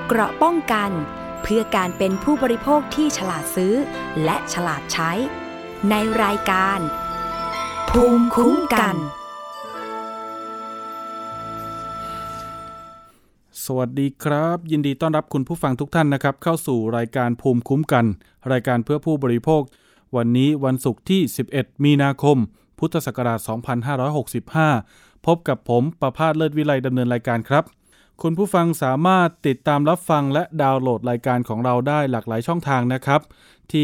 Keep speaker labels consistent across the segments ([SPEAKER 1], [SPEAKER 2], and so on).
[SPEAKER 1] เกราะป้องกันเพื่อการเป็นผู้บริโภคที่ฉลาดซื้อและฉลาดใช้ในรายการภูมิคุ้มกัน
[SPEAKER 2] สวัสดีครับยินดีต้อนรับคุณผู้ฟังทุกท่านนะครับเข้าสู่รายการภูมิคุ้มกันรายการเพื่อผู้บริโภควันนี้วันศุกร์ที่11มีนาคมพุทธศักราช2565พบกับผมประภาสเลิศวิไลดำเนินรายการครับคุณผู้ฟังสามารถติดตามรับฟังและดาวน์โหลดรายการของเราได้หลากหลายช่องทางนะครับที่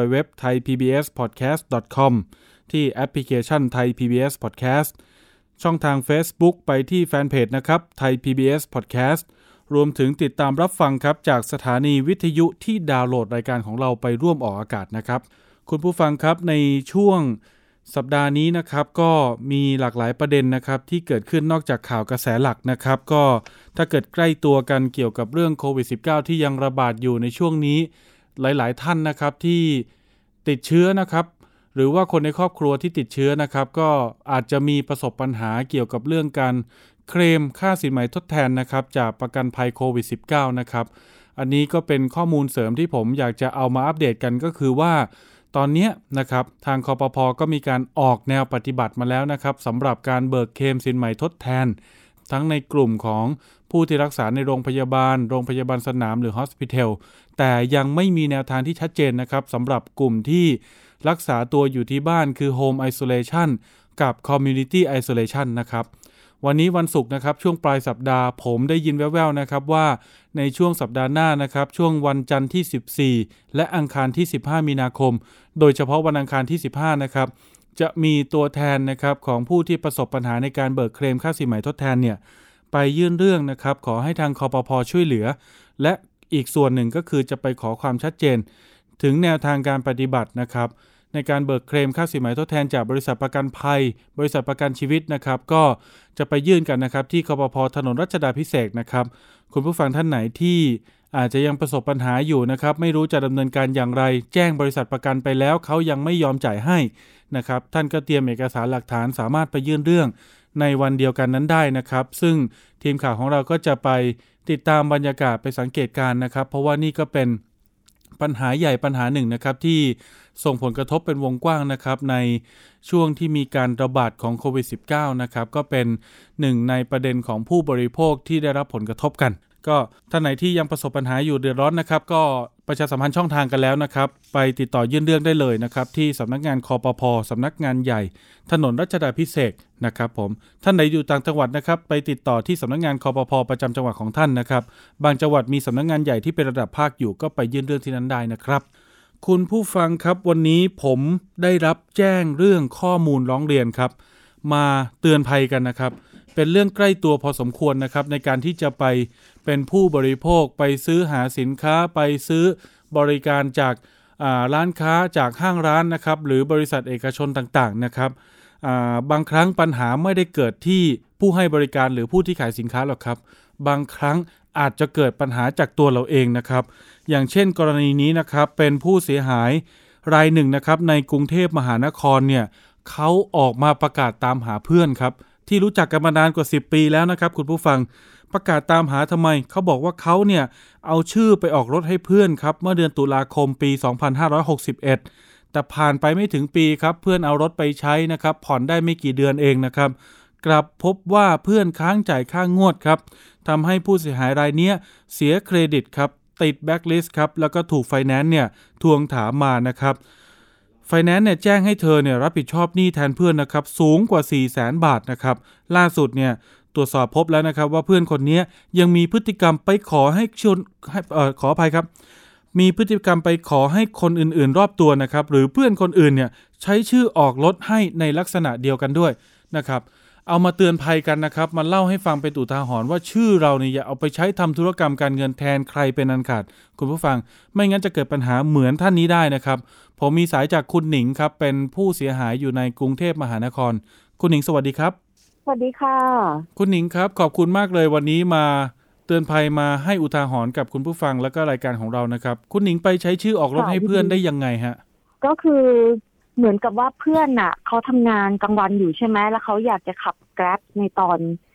[SPEAKER 2] www.thaipbspodcast.com ที่แอปพลิเคชัน Thai PBS Podcast ช่องทาง Facebook ไปที่แฟนเพจนะครับ Thai PBS Podcast รวมถึงติดตามรับฟังครับจากสถานีวิทยุที่ดาวน์โหลดรายการของเราไปร่วมออกอากาศนะครับคุณผู้ฟังครับในช่วงสัปดาห์นี้นะครับก็มีหลากหลายประเด็นนะครับที่เกิดขึ้นนอกจากข่าวกระแสหลักนะครับก็ถ้าเกิดใกล้ตัวกันเกี่ยวกับเรื่องโควิด -19 ที่ยังระบาดอยู่ในช่วงนี้หลายๆท่านนะครับที่ติดเชื้อนะครับหรือว่าคนในครอบครัวที่ติดเชื้อนะครับก็อาจจะมีประสบปัญหาเกี่ยวกับเรื่องการเคลมค่าสินไหมทดแทนนะครับจากประกันภัยโควิด -19 นะครับอันนี้ก็เป็นข้อมูลเสริมที่ผมอยากจะเอามาอัปเดตกันก็คือว่าตอนนี้นะครับทางคปภ.ก็มีการออกแนวปฏิบัติมาแล้วนะครับสำหรับการเบิกเคลมสินไหมทดแทนทั้งในกลุ่มของผู้ที่รักษาในโรงพยาบาลสนามหรือ Hospital แต่ยังไม่มีแนวทางที่ชัดเจนนะครับสำหรับกลุ่มที่รักษาตัวอยู่ที่บ้านคือ Home Isolation กับ Community Isolation นะครับวันนี้วันศุกร์นะครับช่วงปลายสัปดาห์ผมได้ยินแว่วๆนะครับว่าในช่วงสัปดาห์หน้านะครับช่วงวันจันทร์ที่14และอังคารที่15มีนาคมโดยเฉพาะวันอังคารที่15นะครับจะมีตัวแทนนะครับของผู้ที่ประสบปัญหาในการเบิกเคลมค่าสินไหมทดแทนเนี่ยไปยื่นเรื่องนะครับขอให้ทางคปภ.ช่วยเหลือและอีกส่วนหนึ่งก็คือจะไปขอความชัดเจนถึงแนวทางการปฏิบัตินะครับในการเบิกเคลมค่าสินไหมทดแทนจากบริษัทประกันภัยบริษัทประกันชีวิตนะครับก็จะไปยื่นกันนะครับที่คปภ.ถนนรัชดาภิเษกนะครับคุณผู้ฟังท่านไหนที่อาจจะยังประสบปัญหาอยู่นะครับไม่รู้จะดำเนินการอย่างไรแจ้งบริษัทประกันไปแล้วเขายังไม่ยอมจ่ายให้นะครับท่านก็เตรียมเอกสารหลักฐานสามารถไปยื่นเรื่องในวันเดียวกันนั้นได้นะครับซึ่งทีมข่าวของเราก็จะไปติดตามบรรยากาศไปสังเกตการณ์นะครับเพราะว่านี่ก็เป็นปัญหาใหญ่ปัญหาหนึ่งนะครับที่ส่งผลกระทบเป็นวงกว้างนะครับในช่วงที่มีการระบาดของโควิด -19 นะครับก็เป็นหนึ่งในประเด็นของผู้บริโภคที่ได้รับผลกระทบกันก็ท่านไหนที่ยังประสบปัญหาอยู่เดือดร้อนนะครับก็ประชาสัมพันธ์ช่องทางกันแล้วนะครับไปติดต่อยื่นเรื่องได้เลยนะครับที่สำนักงานคปภ.สำนักงานใหญ่ถนนรัชดาภิเษกนะครับผมท่านไหนอยู่ต่างจังหวัดนะครับไปติดต่อที่สำนักงานคปภ.ประจำจังหวัดของท่านนะครับบางจังหวัดมีสำนักงานใหญ่ที่เป็นระดับภาคอยู่ก็ไปยื่นเรื่องที่นั้นได้นะครับคุณผู้ฟังครับวันนี้ผมได้รับแจ้งเรื่องข้อมูลร้องเรียนครับมาเตือนภัยกันนะครับเป็นเรื่องใกล้ตัวพอสมควรนะครับในการที่จะไปเป็นผู้บริโภคไปซื้อหาสินค้าไปซื้อบริการจากร้านค้าจากห้างร้านนะครับหรือบริษัทเอกชนต่างๆนะครับบางครั้งปัญหาไม่ได้เกิดที่ผู้ให้บริการหรือผู้ที่ขายสินค้าหรอกครับบางครั้งอาจจะเกิดปัญหาจากตัวเราเองนะครับอย่างเช่นกรณีนี้นะครับเป็นผู้เสียหายรายหนึ่งนะครับในกรุงเทพมหานครเนี่ยเขาออกมาประกาศตามหาเพื่อนครับที่รู้จักกันมานานกว่า10ปีแล้วนะครับคุณผู้ฟังประกาศตามหาทำไมเขาบอกว่าเขาเนี่ยเอาชื่อไปออกรถให้เพื่อนครับเมื่อเดือนตุลาคมปี2561แต่ผ่านไปไม่ถึงปีครับเพื่อนเอารถไปใช้นะครับผ่อนได้ไม่กี่เดือนเองนะครับกลับพบว่าเพื่อนค้างจ่ายค่างวดครับทำให้ผู้เสียหายรายนี้เสียเครดิตครับติดแบ็คลิสต์ครับแล้วก็ถูกไฟแนนซ์เนี่ยทวงถามมานะครับไฟแนนซ์เนี่ยแจ้งให้เธอเนี่ยรับผิดชอบหนี้แทนเพื่อนนะครับสูงกว่า 400,000 บาทนะครับล่าสุดเนี่ยตรวจสอบพบแล้วนะครับว่าเพื่อนคนนี้ยังมีพฤติกรรมไปขอให้ขออภัยครับมีพฤติกรรมไปขอให้คนอื่นๆรอบตัวนะครับหรือเพื่อนคนอื่นเนี่ยใช้ชื่อออกรถให้ในลักษณะเดียวกันด้วยนะครับเอามาเตือนภัยกันนะครับมาเล่าให้ฟังเป็นอุทาหรณ์ว่าชื่อเราเนี่ยอย่าเอาไปใช้ทำธุรกรรมการเงินแทนใครเป็นอันขาดคุณผู้ฟังไม่งั้นจะเกิดปัญหาเหมือนท่านนี้ได้นะครับผมมีสายจากคุณหนิงครับเป็นผู้เสียหายอยู่ในกรุงเทพมหานครคุณหนิงสวัสดีครับ
[SPEAKER 3] สวัสดีค่ะ
[SPEAKER 2] คุณหนิงครับขอบคุณมากเลยวันนี้มาเตือนภัยมาให้อุทาหรณ์กับคุณผู้ฟังแล้วก็รายการของเรานะครับคุณหนิงไปใช้ชื่อออกรถให้เพื่อนได้ยังไงฮะ
[SPEAKER 3] ก็คือเหมือนกับว่าเพื่อนน่ะเขาทำงานกลางวันอยู่ใช่ไหมแล้วเขาอยากจะขับ Grab ในตอน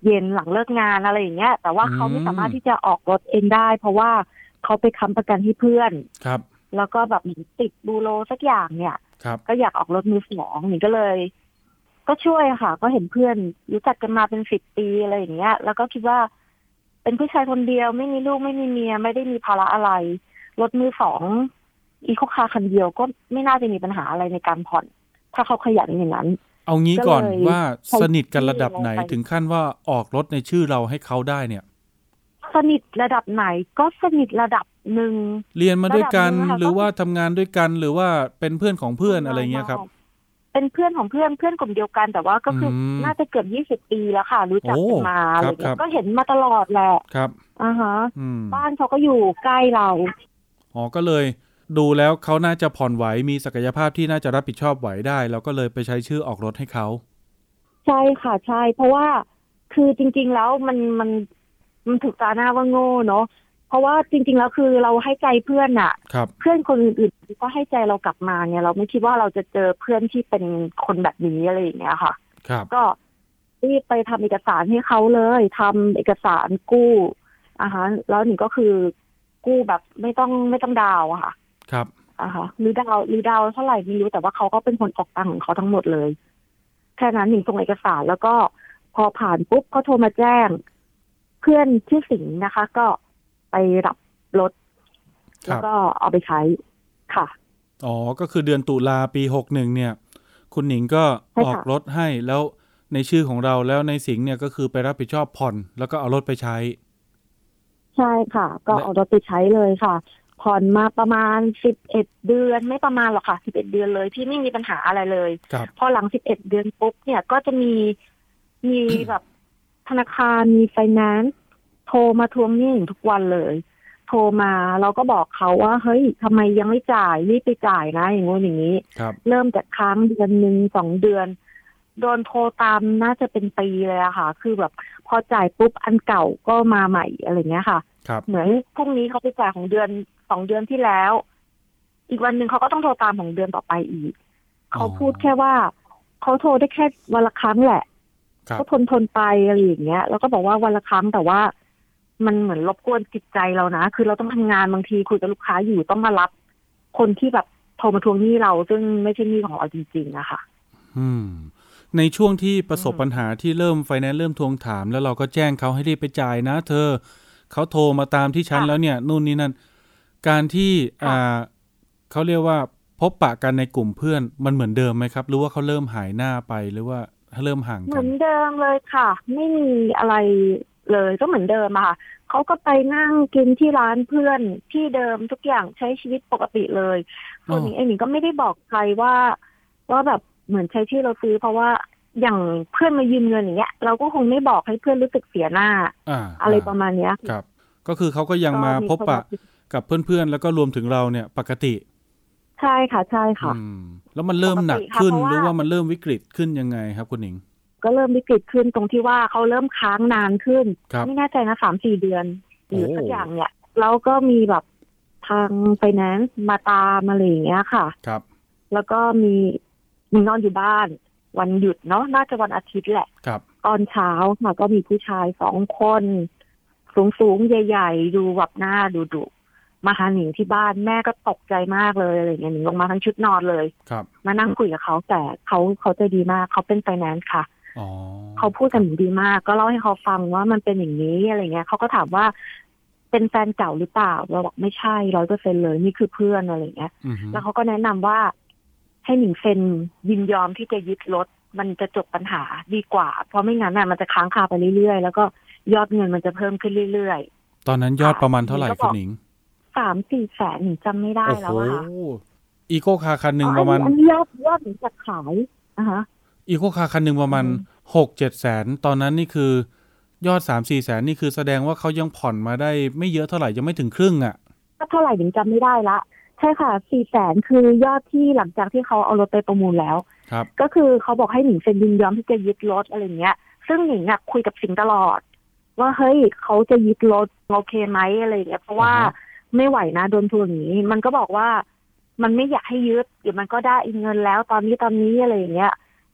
[SPEAKER 3] เย็นหลังเลิกงานอะไรอย่างเงี้ยแต่ว่าเขาไม่สามารถที่จะออกรถเองได้เพราะว่าเขาไปค้ำประกันให้เพื่อน
[SPEAKER 2] ครับ
[SPEAKER 3] แล้วก็แบบติดบูโรสักอย่างเนี่ยก็อยากออกรถมือสองนี่ก็เลยก็ช่วยค่ะก็เห็นเพื่อนรู้จักกันมาเป็น10 ปีอะไรอย่างเงี้ยแล้วก็คิดว่าเป็นผู้ชายคนเดียวไม่มีลูกไม่มีเมียไม่ได้มีภาระอะไรรถมือสองอีโคคาร์คันเดียวก็ไม่น่าจะมีปัญหาอะไรในการผ่อนถ้าเขาขยันอย่างนั้น
[SPEAKER 2] เอางี้ก่อนว่าสนิทกันระดับไหนถึงขั้นว่าออกรถในชื่อเราให้เขาได้เนี่ย
[SPEAKER 3] สนิทระดับไหนก็สนิทระดับหนึ่ง
[SPEAKER 2] เรียนมาด้วยกันหรือว่าทำงานด้วยกันหรือว่าเป็นเพื่อนของเพื่อนอะไรเงี้ยครับ
[SPEAKER 3] เป็นเพื่อนของเพื่อนกลุ่มเดียวกันแต่ว่าก็คือน่าจะเกือบ20 ปีแล้วค่ะรู้จักกันมาอะไรเงี้ยก็เห็นมาตลอดแหละ
[SPEAKER 2] ครับ
[SPEAKER 3] ฮะบ้านเขาก็อยู่ใกล้เรา
[SPEAKER 2] อ๋อก็เลยดูแล้วเขาน่าจะผ่อนไหวมีศักยภาพที่น่าจะรับผิดชอบไหวได้เราก็เลยไปใช้ชื่อออกรถให้เขา
[SPEAKER 3] ใช่ค่ะใช่เพราะว่าคือจริงๆแล้วมันถูกตาหน้าว่าโง่เนาะเพราะว่าจริงๆแล้วคือเราให้ใจเพื่อนอะเพื่อนคนอื่นๆก็ให้ใจเรากลับมาเนี่ยเราไม่คิดว่าเราจะเจอเพื่อนที่เป็นคนแบบนี้อะไรอย่างเงี้ยค่ะก็รีบไปทำเอกสารให้เขาเลยทำเอกสารกู้แล้วหนึ่งก็คือกู้แบบไม่ต้องดาวค่ะ
[SPEAKER 2] ครับ
[SPEAKER 3] หรือดาวเท่าไหร่ไม่รู้แต่ว่าเขาก็เป็นคนออกตังค์ของเขาทั้งหมดเลยแค่นั้นหนึ่งส่งเอกสารแล้วก็พอผ่านปุ๊บเขาโทรมาแจ้งเพื่อนที่สิงห์นะคะก็ไปรับรถแล้วก็เอาไปใช้ค่ะ
[SPEAKER 2] อ๋อก็คือเดือนตุลาปี61เนี่ยคุณหนิงก็ออกรถให้แล้วในชื่อของเราแล้วในสิงห์เนี่ยก็คือไปรับผิดชอบผ่อนแล้วก็เอารถไปใช้
[SPEAKER 3] ใช่ค่ะก็เอารถไปใช้เลยค่ะผ่อนมาประมาณ11 เดือนไม่ประมาณหรอกค่ะ11 เดือนเลยที่ไม่มีปัญหาอะไรเลยพอหลัง11 เดือนปุ๊บเนี่ยก็จะมีแบบธนาคารมีไฟแนนซ์โทรมาทวงหนี้ทุกวันเลยโทรมาเราก็บอกเขาว่าเฮ้ยทำไมยังไม่จ่ายรีบไปจ่ายนะอย่างงู้นอย่างนี้เริ่มจากค้างเดือนนึง2 เดือนโดนโทรตามน่าจะเป็นปีเลยอะค่ะคือแบบพอจ่ายปุ๊บอันเก่าก็มาใหม่อะไรเงี้ยค่ะเหมือนพรุ่งนี้เขาไปจ่ายของเดือน2 เดือนที่แล้วอีกวันนึงเขาก็ต้องโทรตามของเดือนต่อไปอีกเขาพูดแค่ว่าเขาโทรได้แค่วันละครั้งแหละก็ทนไปอะไรอย่างเงี้ยแล้วก็บอกว่าวันละครั้งแต่ว่ามันเหมือนรบกวนจิตใจเรานะคือเราต้องทำงานบางทีคุยกับลูกค้าอยู่ต้องมารับคนที่แบบโทรมาทวงหนี้เราซึ่งไม่ใช่หนี้ของเราจริงๆนะคะ
[SPEAKER 2] ในช่วงที่ประสบปัญหาที่เริ่มไฟแนนซ์เริ่มทวงถามแล้วเราก็แจ้งเขาให้รีบไปจ่ายนะเธอเขาโทรมาตามที่ฉันแล้วเนี่ยนู่นนี่นั่นการที่เขาเรียกว่าพบปะกันในกลุ่มเพื่อนมันเหมือนเดิมไหมครับหรือว่าเขาเริ่มหายหน้าไปหรือว่าเริ่มห่างกัน
[SPEAKER 3] เหมือนเดิมเลยค่ะไม่มีอะไรเลยก็เหมือนเดิมอะค่ะเขาก็ไปนั่งกินที่ร้านเพื่อนที่เดิมทุกอย่างใช้ชีวิตปกติเลยส่วนนี้เองก็ไม่ได้บอกใครว่าแบบเหมือนใช้ที่เราซื้อเพราะว่าอย่างเพื่อนมายืมเงินอย่างเงี้ยเราก็คงไม่บอกให้เพื่อนรู้สึกเสียหน้าอะไรประมาณเนี้ย
[SPEAKER 2] ครับก็คือเขาก็ยังมาพบปะกับเพื่อนๆแล้วก็รวมถึงเราเนี่ยปกติ
[SPEAKER 3] ใช่ค่ะใช่ค่ะ
[SPEAKER 2] แล้วมันเริ่มหนักขึ้นหรือว่ามันเริ่มวิกฤตขึ้นยังไงครับคุณหนิง
[SPEAKER 3] ก็เริ่มวิกฤตขึ้นตรงที่ว่าเขาเริ่มค้างนานขึ้นไม่แน่ใจนะ 3-4 เดือนหรือสักอย่างเนี่ยแล้วก็มีแบบทางไฟแนนซ์มาตามอะไรอย่างเงี้ยค่ะ
[SPEAKER 2] ครับ
[SPEAKER 3] แล้วก็มีนอนอยู่บ้านวันหยุดเนาะน่าจะวันอาทิตย์แหละตอนเช้าค่ะก็มีผู้ชาย2 คนสูงใหญ่ๆดูแบบหน้าดุมาหาหนิงที่บ้านแม่ก็ตกใจมากเลยอะไรเงี้ยหนิงลงมาทั้งชุดนอนเลยมานั่งคุยกับเขาแต่เขาใจดีมากเขาเป็นไฟแนนซ์ค่ะเขาพูดกับหนิงดีมากก็เล่าให้เขาฟังว่ามันเป็นอย่างนี้อะไรเงี้ยเขาก็ถามว่าเป็นแฟนเก่าหรือเปล่าเราบอกไม่ใช่ 100% เลยนี่คือเพื่อนอะไรเงี้ยแล้วเขาก็แนะนำว่าให้หนิงเซ็นยินยอมที่จะยึดรถมันจะจบปัญหาดีกว่าเพราะไม่งั้นน่ะมันจะค้างคาไปเรื่อยๆแล้วก็ยอดเงินมันจะเพิ่มขึ้นเรื่อย
[SPEAKER 2] ๆตอนนั้นยอดประมาณเท่าไหร่คุณหนิง
[SPEAKER 3] 3-4 แสนหนิงจำไม่ได้แล้วค่ะ
[SPEAKER 2] อีโคคาร์คันหนึ่งประมาณ
[SPEAKER 3] ยอดหนิงจะขาย
[SPEAKER 2] อีโคคาร์คันหนึ่งประมาณ 6-7 แสนตอนนั้นนี่คือยอด 3-4 แสนนี่คือแสดงว่าเขายังผ่อนมาได้ไม่เยอะเท่าไหร่ยังไม่ถึงครึ่งอ่ะ
[SPEAKER 3] เท่าไหร่หนิงจำไม่ได้ละใช่ค่ะ 4 แสนคือยอดที่หลังจากที่เขาเอารถไปประมูลแล้วก็คือเขาบอกให้หนิงเซ็นยินยอมที่จะยึดรถอะไรเงี้ยซึ่งหนิงอ่ะคุยกับสิงห์ตลอดว่าเฮ้ยเขาจะยึดรถโอเคไหมอะไรเงี้ยเพราะว่าไม่ไหวนะโดนทวงอย่างนี้มันก็บอกว่ามันไม่อยากให้ยึดเดี๋ยวมันก็ได้เงินแล้วตอนนี้อะไรอย่างเงี้ย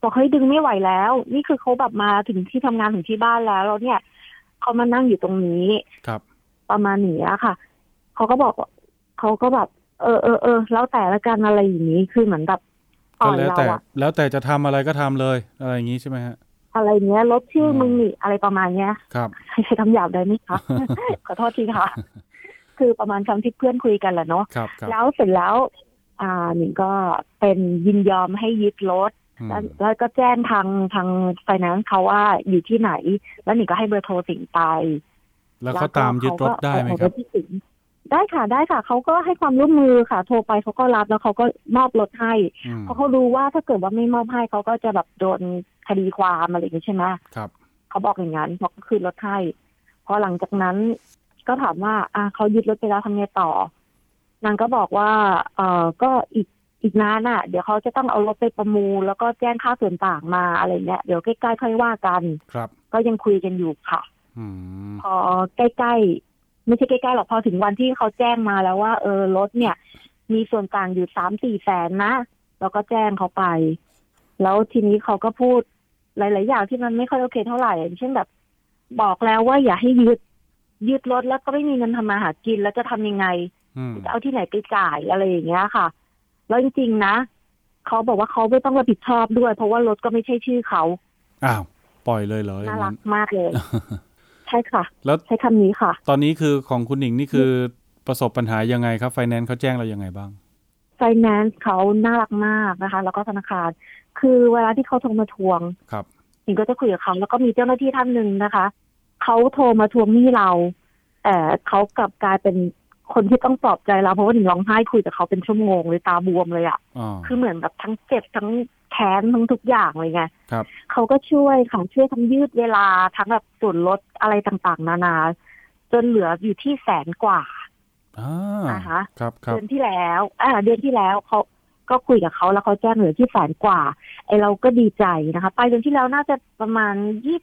[SPEAKER 3] บอกเฮ้ยดึงไม่ไหวแล้วนี่คือเขาแบบมาถึงที่ทำงานถึงที่บ้านแล้วเนี่ยเขามานั่งอยู่ตรงนี้
[SPEAKER 2] ครับ
[SPEAKER 3] ประมาณนี้ค่ะเขาก็บอกเขาก็แบบแล้วแต่ละกันอะไรอย่างนี้คือเหมือนแบบ
[SPEAKER 2] ก็แล้วแต่จะทำอะไรก็ทำเลยอะไรอย่างนี้ใช่ไหมฮะ
[SPEAKER 3] อะไรเงี้ยลบชื่อมึงนี่อะไรประมาณเนี้ย
[SPEAKER 2] ครับ
[SPEAKER 3] ใช้คำหยาบได้ไหมคะ ขอโทษทีค่ะคือประมาณคำที่เพื่อนคุยกันแหละเนาะแล้วเสร็จแล้วหนิงก็เป็นยินยอมให้ยึดรถแล้วก็แจ้งทางไฟแนนซ์เขาว่าอยู่ที่ไหนแล้วหนิงก็ให้เบอร์โทรสิงไป
[SPEAKER 2] แล้วเขาตามยึดรถได้ไหมครับ
[SPEAKER 3] ได้ค่ะเขาก็ให้ความร่วมมือค่ะโทรไปเขาก็รับแล้วเขาก็มอบรถให้เพราะเขารู้ว่าถ้าเกิดว่าไม่มอบให้เขาก็จะแบบโดนคดีความอะไรอย่างนี้ใช่ไหม
[SPEAKER 2] ครับ
[SPEAKER 3] เขาบอกอย่างนั้นเขาก็คืนรถให้พอหลังจากนั้นก็ถามว่าเขายึดรถไปแล้วทำไงต่อนางก็บอกว่าก็อีกนานน่ะเดี๋ยวเขาจะต้องเอารถไปประมูลแล้วก็แจ้งค่าส่วนต่างมาอะไรเงี้ยเดี๋ยวใกล้ๆค่อยว่ากัน
[SPEAKER 2] ครับ
[SPEAKER 3] ก็ยังคุยกันอยู่ค่ะพอใกล้ๆไม่ใช่ใกล้ๆหรอกพอถึงวันที่เขาแจ้งมาแล้วว่ารถเนี่ยมีส่วนต่างอยู่ 3-4 แสนนะแล้วก็แจ้งเขาไปแล้วทีนี้เขาก็พูดหลายๆอย่างที่มันไม่ค่อยโอเคเท่าไหร่อย่างเช่นแบบบอกแล้วว่าอย่าให้ยึดรถแล้วก็ไม่มีเงินทำมาหากินแล้วจะทำยังไงจะเอาที่ไหนไปจ่ายอะไรอย่างเงี้ยค่ะแล้วจริงๆนะเขาบอกว่าเขาไม่ต้องรับผิดชอบด้วยเพราะว่ารถก็ไม่ใช่ชื่อเขา
[SPEAKER 2] อ้าวปล่อยเลยเหรอ
[SPEAKER 3] น่ารักมากเลย ใช่ค่ะแล้วใช้คำนี้ค่ะ
[SPEAKER 2] ตอนนี้คือของคุณหนิงนี่คือประสบปัญหายังไงครับไฟแนนซ์เขาแจ้งเรายังไงบ้าง
[SPEAKER 3] ไฟแนนซ์เขาน่ารักมากนะคะแล้วก็ธนาคารคือเวลาที่เขาโทรมาทวง
[SPEAKER 2] ครับ
[SPEAKER 3] หนิงก็จะคุยกับเขาแล้วก็มีเจ้าหน้าที่ท่านหนึ่งนะคะเขาโทรมาทวงหนี้เราแต่เขากลับกลายเป็นคนที่ต้องปลอบใจเราเพราะว่าหนิงร้องไห้คุยกับเขาเป็นชั่วโมงเลยตาบวมเลยอ่ะคือเหมือนแบบทั้งเจ็บทั้งแค้นทั้งทุกอย่างเลยไงเขาก็ช่วยทั้งยืดเวลาทั้งแบบส่วนลดอะไรต่างๆนานาจนเหลืออยู่ที่100,000 กว่า
[SPEAKER 2] นะคะ
[SPEAKER 3] เดือนที่แล้วเขาก็คุยกับเขาแล้วเขาแจ้งเหลือที่100,000 กว่าไอเราก็ดีใจนะคะไปเดือนที่แล้วน่าจะประมาณ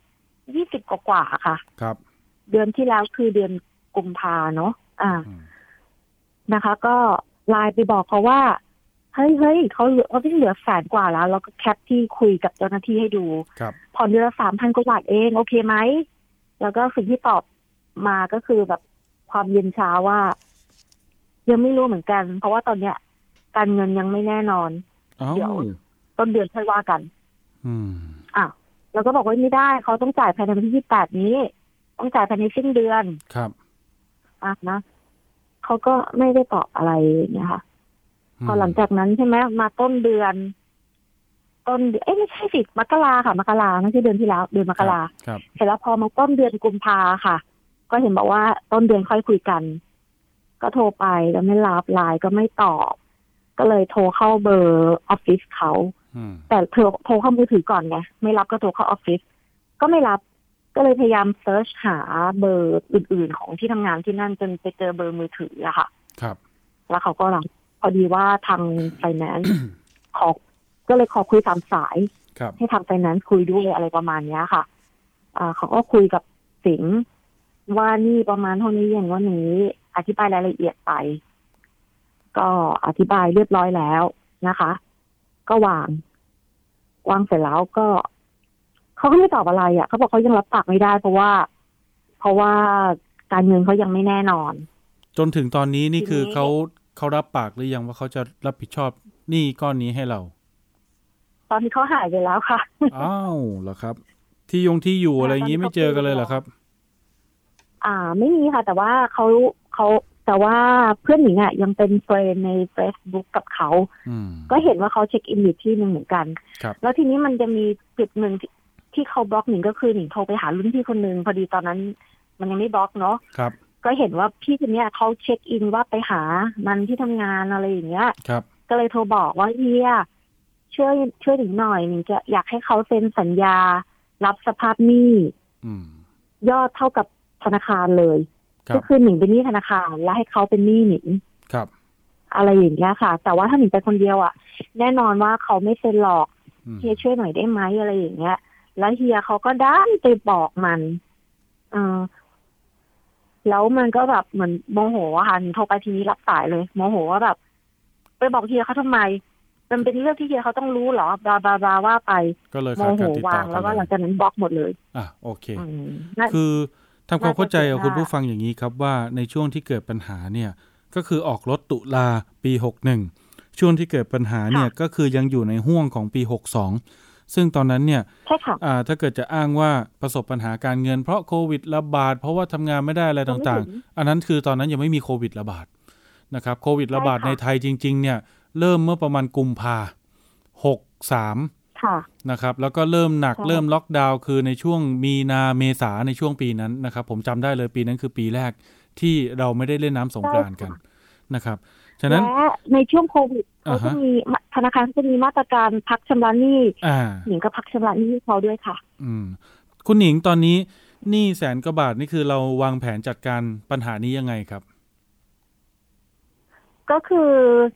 [SPEAKER 3] 20 กว่าค่ะ
[SPEAKER 2] ครับ
[SPEAKER 3] เดือนที่แล้วคือเดือนกุมภาเนาะนะคะก็ไลน์ไปบอกเขาว่าเฮ้ยเขาเหลือ100,000 กว่าแล้วก็แคปที่คุยกับเจ้าหน้าที่ให้ดูผ่อนเดือนละ 3,000 กว่าบาทเองโอเคไหมแล้วก็สิ่งที่ตอบมาก็คือแบบความเย็นช้าว่ายังไม่รู้เหมือนกันเพราะว่าตอนเนี้ยการเงินยังไม่แน่นอนเดี๋ยวต้นเดือนค่อยว่ากันแล้วก็บอกว่าไม่ได้เขาต้องจ่ายภายในวันที่28นี้ต้องจ่ายภายในสิ้นเดือน
[SPEAKER 2] ครับ
[SPEAKER 3] นะเขาก็ไม่ได้ตอบอะไรอย่างเงี้ยค่ะพอหลังจากนั้นใช่ไหมมาต้นเดือนไม่ใช่สิมกราค่ะมกราไม่ใช่เดือนที่แล้วเดือนมกราเสร็จแล้วพอมาต้นเดือนกุมภาค่ะก็เห็นบอกว่าต้นเดือนค่อยคุยกันก็โทรไปแล้วไม่รับไลน์ก็ไม่ตอบก็เลยโทรเข้าเบอร์ออฟฟิศเขาแต่โทรเข้ามือถือก่อนไงไม่รับก็โทรเข้าออฟฟิศก็ไม่รับก็เลยพยายามเซิร์ชหาเบอร์อื่นๆของที่ทำงานที่นั่นจนไปเจอเบอร์มือถืออะค่ะ
[SPEAKER 2] ครับ
[SPEAKER 3] แล้วเขาก็รับพอดีว่าทางไฟแนนซ์ก็เลยขอคุย3 สายให้ทางไฟแนนซ์คุยด้วยอะไรประมาณนี้ค่ะเขาก็คุยกับสิงห์ว่านี่ประมาณเท่านี้อย่างว่านี้อธิบายรายละเอียดไปก็อธิบายเรียบร้อยแล้วนะคะก็วางเสร็จแล้วก็เขาก็ไม่ตอบอะไรเขาบอกเขายังรับปากไม่ได้เพราะว่าการเงินเขายังไม่แน่นอน
[SPEAKER 2] จนถึงตอนนี้นี่คือเขารับปากหรือยังว่าเขาจะรับผิดชอบหนี้ก้อนนี้ให้เรา
[SPEAKER 3] ตอนนี้เขาหายไปแล้วค่ะ
[SPEAKER 2] อ้าวเหรอครับที่อยู่อะไรอย่างนี้ไม่เจอกันเลยเหรอครับ
[SPEAKER 3] ไม่มีค่ะแต่ว่าแต่ว่าเพื่อนหญิงยังเป็นเฟรนด์ใน Facebook กับเขาก็เห็นว่าเขาเช็คอินอยู่ที่นึงเหมือนกันแล้วทีนี้มันจะมีจุดหนึ่งที่เขาบล็อกหนิงก็คือหนิงโทรไปหารุ่นพี่คนนึงพอดีตอนนั้นมันยังไม่บล็อกเนาะก็เห็นว่าพี่คนนี้เขาเช็คอินว่าไปหามันที่ทำงานอะไรอย่างเงี้ยก็เลยโทรบอกว่าเฮียช่วยหนิงหน่อยหนิงจะอยากให้เขาเซ็นสัญญารับสภาพหนี้ยอดเท่ากับธนาคารเลยก็คือหนิงเป็นหนี้ธนาคารแล้วให้เขาเป็นหนี้หนิงอะไรอย่างเงี้ยค่ะแต่ว่าถ้าหนิงไปคนเดียวแน่นอนว่าเขาไม่เซ็นหรอกเฮียช่วยหน่อยได้ไหมอะไรอย่างเงี้ยแล้วเฮียเขาก็ด้านไปบอกมันแล้วมันก็แบบเหมือนโมโหค่ะหนิงโทรไปทีนี้รับสายเลยโมโหว่าแบบไปบอกเฮียเขาทำไมมันเป็นเรื่องที่เฮียเขาต้องรู้เหรอบลาว่าไป
[SPEAKER 2] ก็เลยขาดการติดต่อ
[SPEAKER 3] แล้วก็หลังจากนั้นบล็อกหมดเลย
[SPEAKER 2] โอเคคือทำความเข้าใจกับคุณผู้ฟังอย่างนี้ครับว่าในช่วงที่เกิดปัญหาเนี่ยก็คือออกรถตุลาปี61ช่วงที่เกิดปัญหาเนี่ยก็คือยังอยู่ในห่วงของปี62ซึ่งตอนนั้นเนี่ยถ้าเกิดจะอ้างว่าประสบปัญหาการเงินเพราะโควิดระบาดเพราะว่าทำงานไม่ได้อะไรต่างๆอันนั้นคือตอนนั้นยังไม่มีโควิดระบาดนะครับโควิดระบาดในไทยจริงๆเนี่ยเริ่มเมื่อประมาณกุมภา63นะครับแล้วก็เริ่มหนักเริ่มล็อกดาวน์คือในช่วงมีนาเมษาในช่วงปีนั้นนะครับผมจำได้เลยปีนั้นคือปีแรกที่เราไม่ได้เล่นน้ำสงกรานต์กันนะครับฉะนั้น
[SPEAKER 3] และในช่วงโควิดเขาจะมีธนาคารจะมีมาตรการพักชำระหนี้หนิงก็พักชำระหนี้เขาด้วยค่ะ
[SPEAKER 2] คุณหนิงตอนนี้หนี้แสนกว่าบาทนี่คือเราวางแผนจัดการปัญหานี้ยังไงครับ
[SPEAKER 3] ก็คือ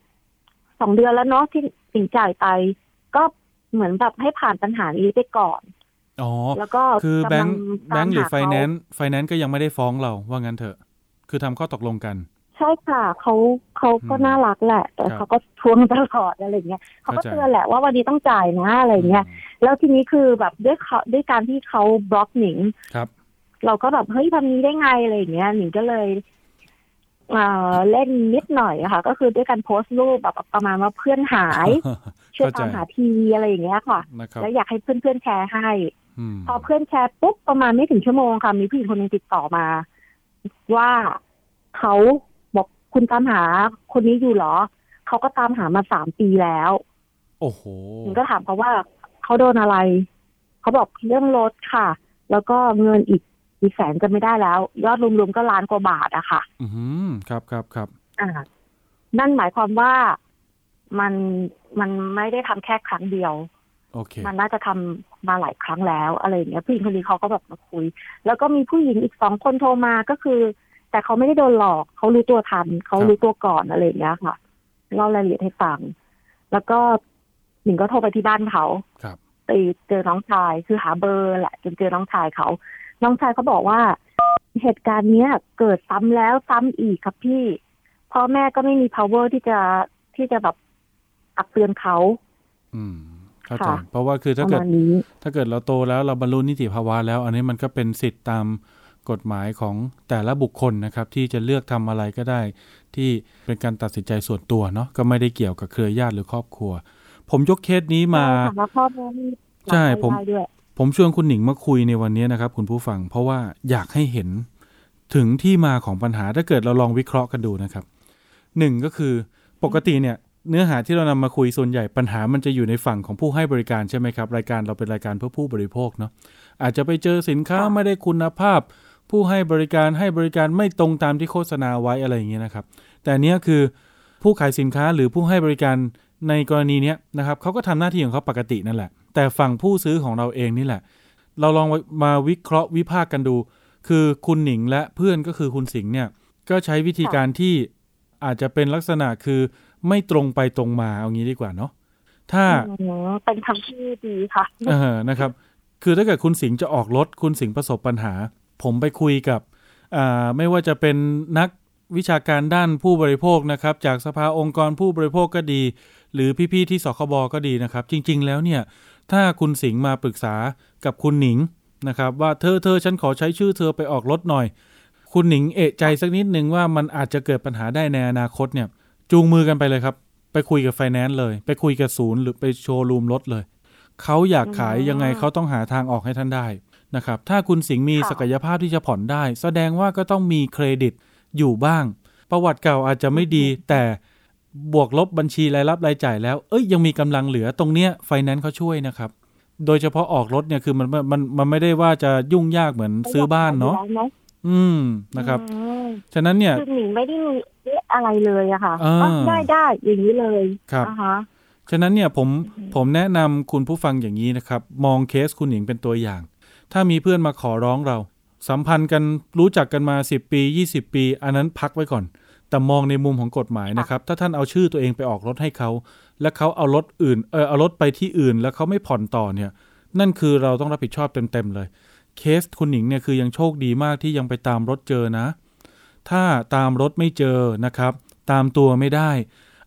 [SPEAKER 3] 2 เดือนแล้วเนาะที่หนิงจ่ายไปก็เหมือนแบบให้ผ่านปัญหานี้ไปก่อนแล้วก็
[SPEAKER 2] คือแบงค์หรือไฟแนนซ์ก็ยังไม่ได้ฟ้องเราว่างั้นเถอะคือทำข้อตกลงกัน
[SPEAKER 3] ใช่ค่ะเขาก็น่ารักแหละแต่เขาก็ทวงตลอดอะไรเงี้ยเขาก็เตือนแหละว่าวันนี้ต้องจ่ายนะอะไรเงี้ยแล้วทีนี้คือแบบด้วยการที่เขาบล็อกหนิงเราก็แบบเฮ้ยทำนี้ได้ไงอะไรเงี้ยหนิงก็เลยเล่นนิดหน่อยค่ะก็คือด้วยการโพสต์รูปแบบประมาณว่าเพื่อนหายช่วยตามหาทีอะไรอย่างเงี้ยค่ะแล้วอยากให้เพื่อนแชร์ให้พอเพื่อนแชร์ปุ๊บประมาณไม่ถึงชั่วโมงค่ะมีผู้หญิงคนนึงติดต่อมาว่าเขาบอกคุณตามหาคนนี้อยู่เหรอเขาก็ตามหามา3 ปีแล้ว
[SPEAKER 2] โอ้โห
[SPEAKER 3] ผมก็ถามเขาว่าเขาโดนอะไรเขาบอกเรื่องรถค่ะแล้วก็เงินอีกแสนจะไม่ได้แล้วยอดรวมๆก็1,000,000 กว่าบาทอะค่ะ
[SPEAKER 2] ครับ
[SPEAKER 3] นั่นหมายความว่ามันไม่ได้ทำแค่ครั้งเดียวมันน่าจะทำมาหลายครั้งแล้วอะไรอย่างเงี้ยผู้หญิงคนนี้เขาก็แบบมาคุยแล้วก็มีผู้หญิงอีก2 คนโทรมาก็คือแต่เขาไม่ได้โดนหลอกเขารู้ตัวทันเขารู้ตัวก่อนอะไรอย่างเงี้ยค่ะเล่ารายละเอียดให้ฟังแล้วก็หนิงก็โทรไปที่บ้านเขาไปเจอน้องชายคือหาเบอร์แหละจนเจอน้องชายเขาบอกว่าเหตุการณ์เนี้ยเกิดซ้ำแล้วซ้ำอีกครับพี่พ่อแม่ก็ไม่มี power ที่จะแบบตักเตือนเขา
[SPEAKER 2] เข้าใจเพราะว่าคือถ้าเกิดเราโตแล้วเราบรรลุนิติภาวะแล้วอันนี้มันก็เป็นสิทธิตามกฎหมายของแต่ละบุคคลนะครับที่จะเลือกทำอะไรก็ได้ที่เป็นการตัดสินใจส่วนตัวเนาะก็ไม่ได้เกี่ยวกับเครือญาติหรือครอบครัวผมยกเคสนี้มาใช่ผมชวนคุณหนิงมาคุยในวันนี้นะครับคุณผู้ฟังเพราะว่าอยากให้เห็นถึงที่มาของปัญหาถ้าเกิดเราลองวิเคราะห์กันดูนะครับ1ก็คือปกติเนี่ยเนื้อหาที่เรานำมาคุยส่วนใหญ่ปัญหามันจะอยู่ในฝั่งของผู้ให้บริการใช่ไหมครับรายการเราเป็นรายการเพื่อผู้บริโภคเนาะอาจจะไปเจอสินค้าไม่ได้คุณภาพผู้ให้บริการไม่ตรงตามที่โฆษณาไว้อะไรอย่างเงี้ยนะครับแต่เนี้ยคือผู้ขายสินค้าหรือผู้ให้บริการในกรณีนี้นะครับเขาก็ทำหน้าที่ของเขาปกตินั่นแหละแต่ฝั่งผู้ซื้อของเราเองนี่แหละเราลองมาวิเคราะห์วิพากษ์กันดูคือคุณหนิงและเพื่อนก็คือคุณสิงห์เนี่ยก็ใช้วิธีการที่อาจจะเป็นลักษณะคือไม่ตรงไปตรงมาเอางี้ดีกว่าเนาะถ้า
[SPEAKER 3] เป็นคำที่ดีค่ะ
[SPEAKER 2] นะครับคือถ้าเกิดคุณสิงห์จะออกรถคุณสิงห์ประสบปัญหาผมไปคุยกับไม่ว่าจะเป็นนักวิชาการด้านผู้บริโภคนะครับจากสภาองค์กรผู้บริโภคก็ดีหรือพี่ๆที่สคบก็ดีนะครับจริงๆแล้วเนี่ยถ้าคุณสิงห์มาปรึกษากับคุณหนิงนะครับว่าเธอฉันขอใช้ชื่อเธอไปออกรถหน่อยคุณหนิงเอะใจสักนิดนึงว่ามันอาจจะเกิดปัญหาได้ในอนาคตเนี่ยจูงมือกันไปเลยครับไปคุยกับไฟแนนซ์เลยไปคุยกับศูนย์หรือไปโชว์รูมรถเลยเขาอยากขายยังไงเขาต้องหาทางออกให้ท่านได้นะครับถ้าคุณสิงห์มีศักยภาพที่จะผ่อนได้แสดงว่าก็ต้องมีเครดิตอยู่บ้างประวัติเก่าอาจจะไม่ดีแต่บวกลบบัญชีรายรับรายจ่ายแล้วยังมีกำลังเหลือตรงเนี้ยไฟแนนซ์เขาช่วยนะครับโดยเฉพาะออกรถเนี่ยคือมันไม่ได้ว่าจะยุ่งยากเหมือนซื้อบ้านเนาะนะครับฉะนั้นเนี่ย
[SPEAKER 3] คือหนิงไม่ได้มีอะไรเลยอะค่ะได้อย่างนี้เลย
[SPEAKER 2] นะคะฉะนั้นเนี่ยผมแนะนำคุณผู้ฟังอย่างนี้นะครับมองเคสคุณหนิงเป็นตัวอย่างถ้ามีเพื่อนมาขอร้องเราสัมพันธ์กันรู้จักกันมา10 ปี20 ปีอันนั้นพักไว้ก่อนแต่มองในมุมของกฎหมายนะครับถ้าท่านเอาชื่อตัวเองไปออกรถให้เขาและเขาเอารถอื่นเอารถไปที่อื่นแล้วเขาไม่ผ่อนต่อเนี่ยนั่นคือเราต้องรับผิดชอบเต็มๆเลยเคสคุณหนิงเนี่ยคือยังโชคดีมากที่ยังไปตามรถเจอนะถ้าตามรถไม่เจอนะครับตามตัวไม่ได้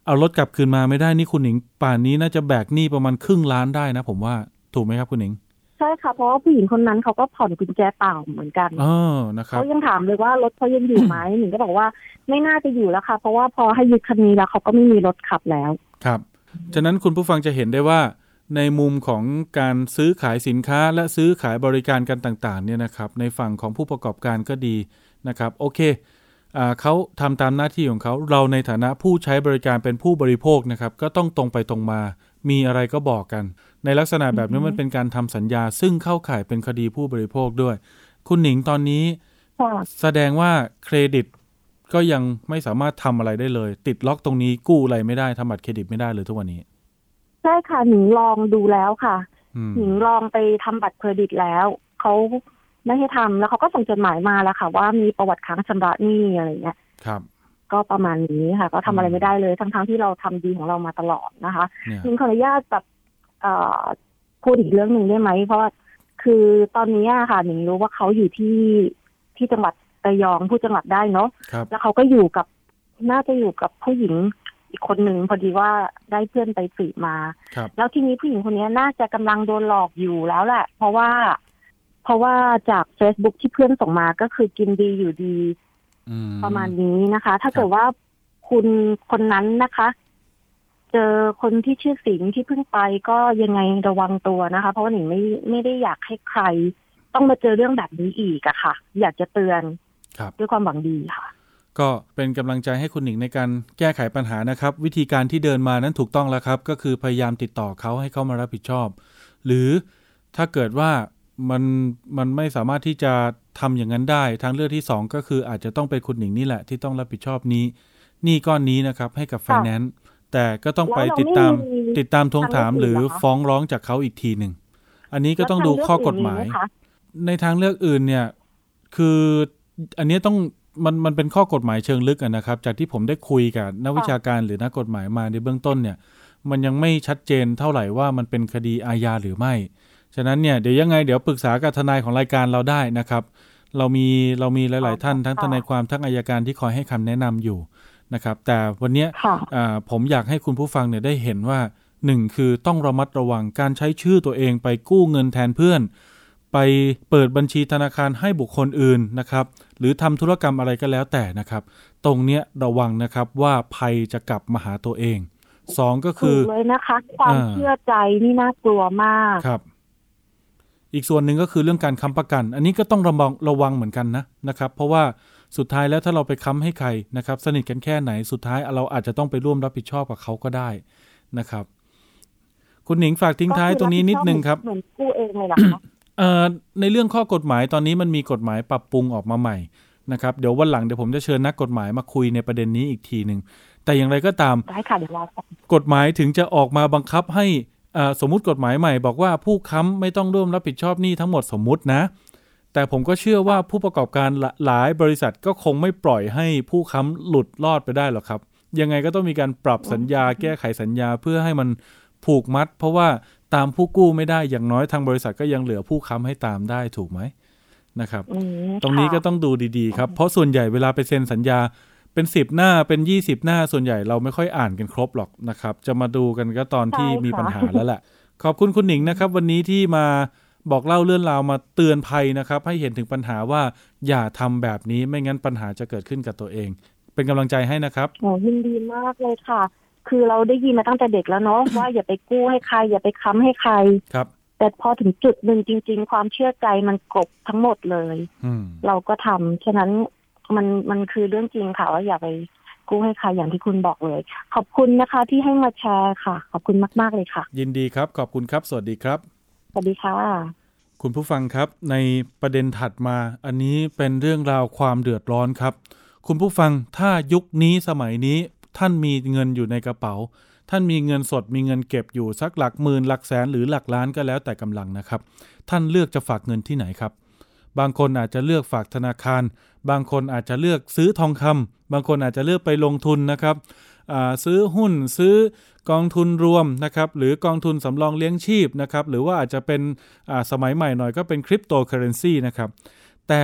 [SPEAKER 2] เอารถกลับคืนมาไม่ได้นี่คุณหนิงป่านนี้น่าจะแบกหนี้ประมาณครึ่งล้านได้นะผมว่าถูกไหมครับคุณหนิง
[SPEAKER 3] ใช่ค่ะเพราะว่าผู้หญิงคนนั้นเขาก็ผ่อนกุญแจเปล่าเหมือนกัน
[SPEAKER 2] นะครับ
[SPEAKER 3] เขายังถามเลยว่ารถเขายังอยู่ไหม หนิงก็บอกว่าไม่น่าจะอยู่แล้วค่ะเพราะว่าพอให้ยึดคันนี้แล้วเขาก็ไม่มีรถขับแล้ว
[SPEAKER 2] ครับฉะนั้นคุณผู้ฟังจะเห็นได้ว่าในมุมของการซื้อขายสินค้าและซื้อขายบริการกันต่างๆเนี่ยนะครับในฝั่งของผู้ประกอบการก็ดีนะครับโอเคเขาทำตามหน้าที่ของเขาเราในฐานะผู้ใช้บริการเป็นผู้บริโภคนะครับก็ต้องตรงไปตรงมามีอะไรก็บอกกันในลักษณะแบบนี้มันเป็นการทำสัญญาซึ่งเข้าข่ายเป็นคดีผู้บริโภคด้วยคุณหนิงตอนนี้แสดงว่าเครดิตก็ยังไม่สามารถทำอะไรได้เลยติดล็อกตรงนี้กู้อะไรไม่ได้ทำบัตรเครดิตไม่ได้เลยทุกวันนี้
[SPEAKER 3] ใช่ค่ะหนิงลองดูแล้วค่ะหนิงลองไปทำบัตรเครดิตแล้วเขาไม่ให้ทำแล้วเขาก็ส่งจดหมายมาแล้วค่ะว่ามีประวัติค้างชำระหนี้อะไรเงี้ย
[SPEAKER 2] ครับ
[SPEAKER 3] ก็ประมาณนี้ค่ะก็ทำอะไรไม่ได้เลยทั้งที่เราทำดีของเรามาตลอดนะคะหนิงขออนุญาตแบบพูดอีกเรื่องหนึ่งได้ไหมเพราะว่าคือตอนนี้ค่ะหนิงรู้ว่าเขาอยู่ที่จังหวัดระยองผู้จังหวัดได้เนาะแล้วเขาก็น่าจะอยู่กับผู้หญิงอีกคนหนึ่งพอดีว่าได้เพื่อนไปสืบมาแล้วทีนี้ผู้หญิงคนนี้น่าจะกำลังโดนหลอกอยู่แล้วแหละเพราะว่าจาก Facebook ที่เพื่อนส่งมาก็คือกินดีอยู่ดีประมาณนี้นะคะถ้าเกิดว่าคุณคนนั้นนะคะเจอคนที่ชื่อสิงห์ที่เพิ่งไปก็ยังไงระวังตัวนะคะเพราะว่าหนิงไม่ได้อยากให้ใครต้องมาเจอเรื่องแบบนี้อีกอะค่ะอยากจะเตือนด้วยความหวังดีค่ะ
[SPEAKER 2] ก็เป็นกำลังใจให้คุณหนิงในการแก้ไขปัญหานะครับวิธีการที่เดินมานั้นถูกต้องแล้วครับก็คือพยายามติดต่อเขาให้เขามารับผิดชอบหรือถ้าเกิดว่ามันไม่สามารถที่จะทำอย่างนั้นได้ทางเลือกที่2ก็คืออาจจะต้องเป็นคุณหนิงนี่แหละที่ต้องรับผิดชอบหนี้ก้อนนี้นะครับให้กับไฟแนนซ์แต่ก็ต้องไปติดตามทวงถามหรือฟ้องร้องจากเขาอีกทีหนึ่งอันนี้ก็ต้องดูข้อกฎหมายในทางเลือกอื่นเนี่ยคืออันนี้ต้องมันเป็นข้อกฎหมายเชิงลึกนะครับจากที่ผมได้คุยกับนักวิชาการหรือนักกฎหมายมาในเบื้องต้นเนี่ยมันยังไม่ชัดเจนเท่าไหร่ว่ามันเป็นคดีอาญาหรือไม่ฉะนั้นเนี่ยเดี๋ยวปรึกษากับทนายของรายการเราได้นะครับเรามีหลายๆท่านทั้งทนายความทั้งอัยการที่คอยให้คำแนะนำอยู่นะครับแต่วันนี้ผมอยากให้คุณผู้ฟังเนี่ยได้เห็นว่า1คือต้องระมัดระวังการใช้ชื่อตัวเองไปกู้เงินแทนเพื่อนไปเปิดบัญชีธนาคารให้บุคคลอื่นนะครับหรือทำธุรกรรมอะไรก็แล้วแต่นะครับตรงเนี้ยระวังนะครับว่าภัยจะกลับมาหาตัวเอง2ก็คือ
[SPEAKER 3] เลยนะคะความเชื่อใจนี่น่ากลัวมาก
[SPEAKER 2] ครับอีกส่วนหนึ่งก็คือเรื่องการค้ำประกันอันนี้ก็ต้องระวังเหมือนกันนะครับเพราะว่าสุดท้ายแล้วถ้าเราไปค้ำให้ใครนะครับสนิทกันแค่ไหนสุดท้ายเราอาจจะต้องไปร่วมรับผิดชอบกับเขาก็ได้นะครับคุณหนิงฝากทิ้งท้ายตรงนี้นิดนึงครับ
[SPEAKER 3] เหมือนกู้เองเลยเหรอคะ
[SPEAKER 2] ในเรื่องข้อกฎหมายตอนนี้มันมีกฎหมายปรับปรุงออกมาใหม่นะครับเดี๋ยววันหลังผมจะเชิญนักกฎหมายมาคุยในประเด็นนี้อีกทีนึงแต่อย่างไรก็ตาม
[SPEAKER 3] ได้ค่ะเดี๋ยวร
[SPEAKER 2] อกฎหมายถึงจะออกมาบังคับให้สมมุติกฎหมายใหม่บอกว่าผู้ค้ำไม่ต้องร่วมรับผิดชอบหนี้ทั้งหมดสมมุตินะแต่ผมก็เชื่อว่าผู้ประกอบการหลายบริษัทก็คงไม่ปล่อยให้ผู้ค้ำหลุดรอดไปได้หรอกครับยังไงก็ต้องมีการปรับสัญญาแก้ไขสัญญาเพื่อให้มันผูกมัดเพราะว่าตามผู้กู้ไม่ได้อย่างน้อยทางบริษัทก็ยังเหลือผู้ค้ำให้ตามได้ถูกไหมนะครับตรงนี้ก็ต้องดูดีๆครับเพราะส่วนใหญ่เวลาไปเซ็นสัญญาเป็น10หน้าเป็น20หน้าส่วนใหญ่เราไม่ค่อยอ่านกันครบหรอกนะครับจะมาดูกันก็ตอนที่มีปัญหาแล้วแหละขอบคุณคุณหนิงนะครับวันนี้ที่มาบอกเล่าเรื่องราวมาเตือนภัยนะครับให้เห็นถึงปัญหาว่าอย่าทำแบบนี้ไม่งั้นปัญหาจะเกิดขึ้นกับตัวเองเป็นกำลังใจให้นะครับ
[SPEAKER 3] ยินดีมากเลยค่ะคือเราได้ยินมาตั้งแต่เด็กแล้วเนาะ ว่าอย่าไปกู้ให้ใครอย่าไปค้ำให้ใคร
[SPEAKER 2] ครับ
[SPEAKER 3] แต่พอถึงจุดหนึ่งจริงๆความเชื่อใจมันกลบทั้งหมดเลยเราก็ทำฉะนั้นมันคือเรื่องจริงค่ะว่าอย่าไปกู้ให้ใครอย่างที่คุณบอกเลยขอบคุณนะคะที่ให้มาแชร์ค่ะขอบคุณมากๆเลยค่ะ
[SPEAKER 2] ยินดีครับขอบคุณครับสวัสดีครับ
[SPEAKER 3] สวัสดีค่ะ
[SPEAKER 2] คุณผู้ฟังครับในประเด็นถัดมาอันนี้เป็นเรื่องราวความเดือดร้อนครับคุณผู้ฟังถ้ายุคนี้สมัยนี้ท่านมีเงินอยู่ในกระเป๋าท่านมีเงินสดมีเงินเก็บอยู่สักหลักหมื่นหลักแสนหรือหลักล้านก็แล้วแต่กำลังนะครับท่านเลือกจะฝากเงินที่ไหนครับบางคนอาจจะเลือกฝากธนาคารบางคนอาจจะเลือกซื้อทองคำบางคนอาจจะเลือกไปลงทุนนะครับซื้อหุ้นซื้อกองทุนรวมนะครับหรือกองทุนสำรองเลี้ยงชีพนะครับหรือว่าอาจจะเป็นสมัยใหม่หน่อยก็เป็นคริปโตเคอเรนซีนะครับแต่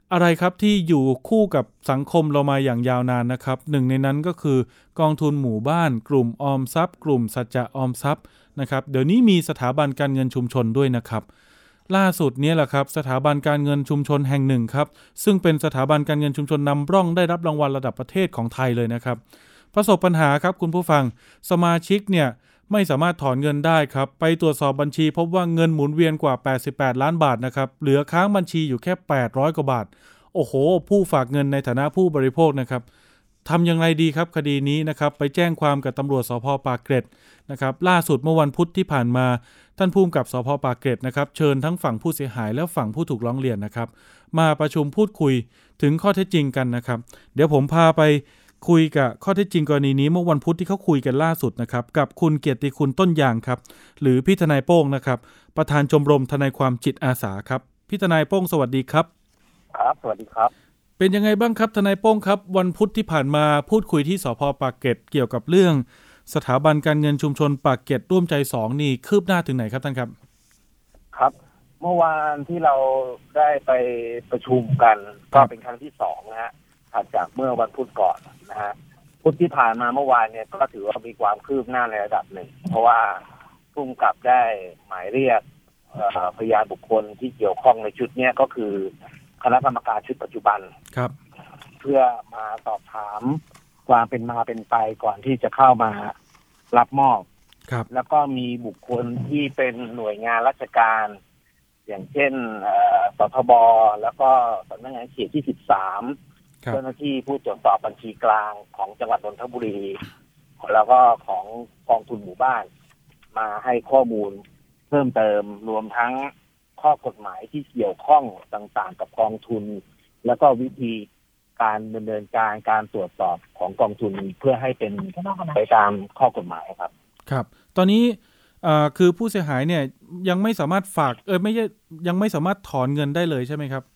[SPEAKER 2] อะไรครับที่อยู่คู่กับสังคมเรามาอย่างยาวนานนะครับหนึ่งในนั้นก็คือกองทุนหมู่บ้านกลุ่มออมทรัพย์กลุ่มสัจจะออมทรัพย์นะครับเดี๋ยวนี้มีสถาบันการเงินชุมชนด้วยนะครับล่าสุดนี้แหละครับสถาบันการเงินชุมชนแห่งหนึ่งครับซึ่งเป็นสถาบันการเงินชุมชนนำร่องได้รับรางวัลระดับประเทศของไทยเลยนะครับประสบปัญหาครับคุณผู้ฟังสมาชิกเนี่ยไม่สามารถถอนเงินได้ครับไปตรวจสอบบัญชีพบว่าเงินหมุนเวียนกว่า88ล้านบาทนะครับเหลือค้างบัญชีอยู่แค่800กว่าบาทโอ้โหผู้ฝากเงินในฐานะผู้บริโภคนะครับทำอย่างไรดีครับคดีนี้นะครับไปแจ้งความกับตำรวจสภ.ปากเกร็ดนะครับล่าสุดเมื่อวันพุธที่ผ่านมาท่านผู้กำกับสภ.ปากเกร็ดนะครับเชิญทั้งฝั่งผู้เสียหายและฝั่งผู้ถูกร้องเรียนนะครับมาประชุมพูดคุยถึงข้อเท็จจริงกันนะครับเดี๋ยวผมพาไปคุยกับข้อเท็จจริงกรณีนี้เมื่อวันพุธที่เขาคุยกันล่าสุดนะครับกับคุณเกียรติคุณต้นยางครับหรือพี่ทนายโป้งนะครับประธานชมรมทนายความจิตอาสาครับพี่ทนายโป้งสวัสดีครับ
[SPEAKER 4] ครับสวัสดีครับ
[SPEAKER 2] เป็นยังไงบ้างครับทนายโป้งครับวันพุธที่ผ่านมาพูดคุยที่สภ.ปากเกร็ดเกี่ยวกับเรื่องสถาบันการเงินชุมชนปากเกร็ดร่วมใจ2นี่คืบหน้าถึงไหนครับท่านครับ
[SPEAKER 4] ครับเมื่อวานที่เราได้ไปประชุมกันก็เป็นครั้งที่2นะฮะถัดจากเมื่อวันพุธก่อนนะฮะพุธที่ผ่านมาเมื่อวานเนี่ยก็ถือว่ามีความคืบหน้าในระดับหนึ่งเพราะว่าผู้กำกับได้หมายเรียกพยานบุคคลที่เกี่ยวข้องในชุดนี้ก็คือคณะกรรมการชุดปัจจุบัน
[SPEAKER 2] ครับ
[SPEAKER 4] เพื่อมาสอบถามความเป็นมาเป็นไปก่อนที่จะเข้ามารับมอบ
[SPEAKER 2] ครับ
[SPEAKER 4] แล้วก็มีบุคคลที่เป็นหน่วยงานราชการอย่างเช่นสทบแล้วก็สำนักงานเขตที่13เจ้าหน้าที่ผู้ตรวจสอบบัญชีกลางของจังหวัดนนทบุรีแล้วก็ของกองทุนหมู่บ้านมาให้ข้อมูลเพิ่มเติมรวมทั้งข้อกฎหมายที่เกี่ยวข้องต่างๆกับกองทุนแล้วก็วิธีการดำเนินการตรวจสอบของกองทุนเพื่อให้เป็นไปตามข้อกฎหมายครับ
[SPEAKER 2] ครับตอนนี้คือผู้เสียหายเนี่ยยังไม่สามารถฝากไม่ใช่ยังไม่สามารถถอนเงินได้เลยใช่ไหมครับ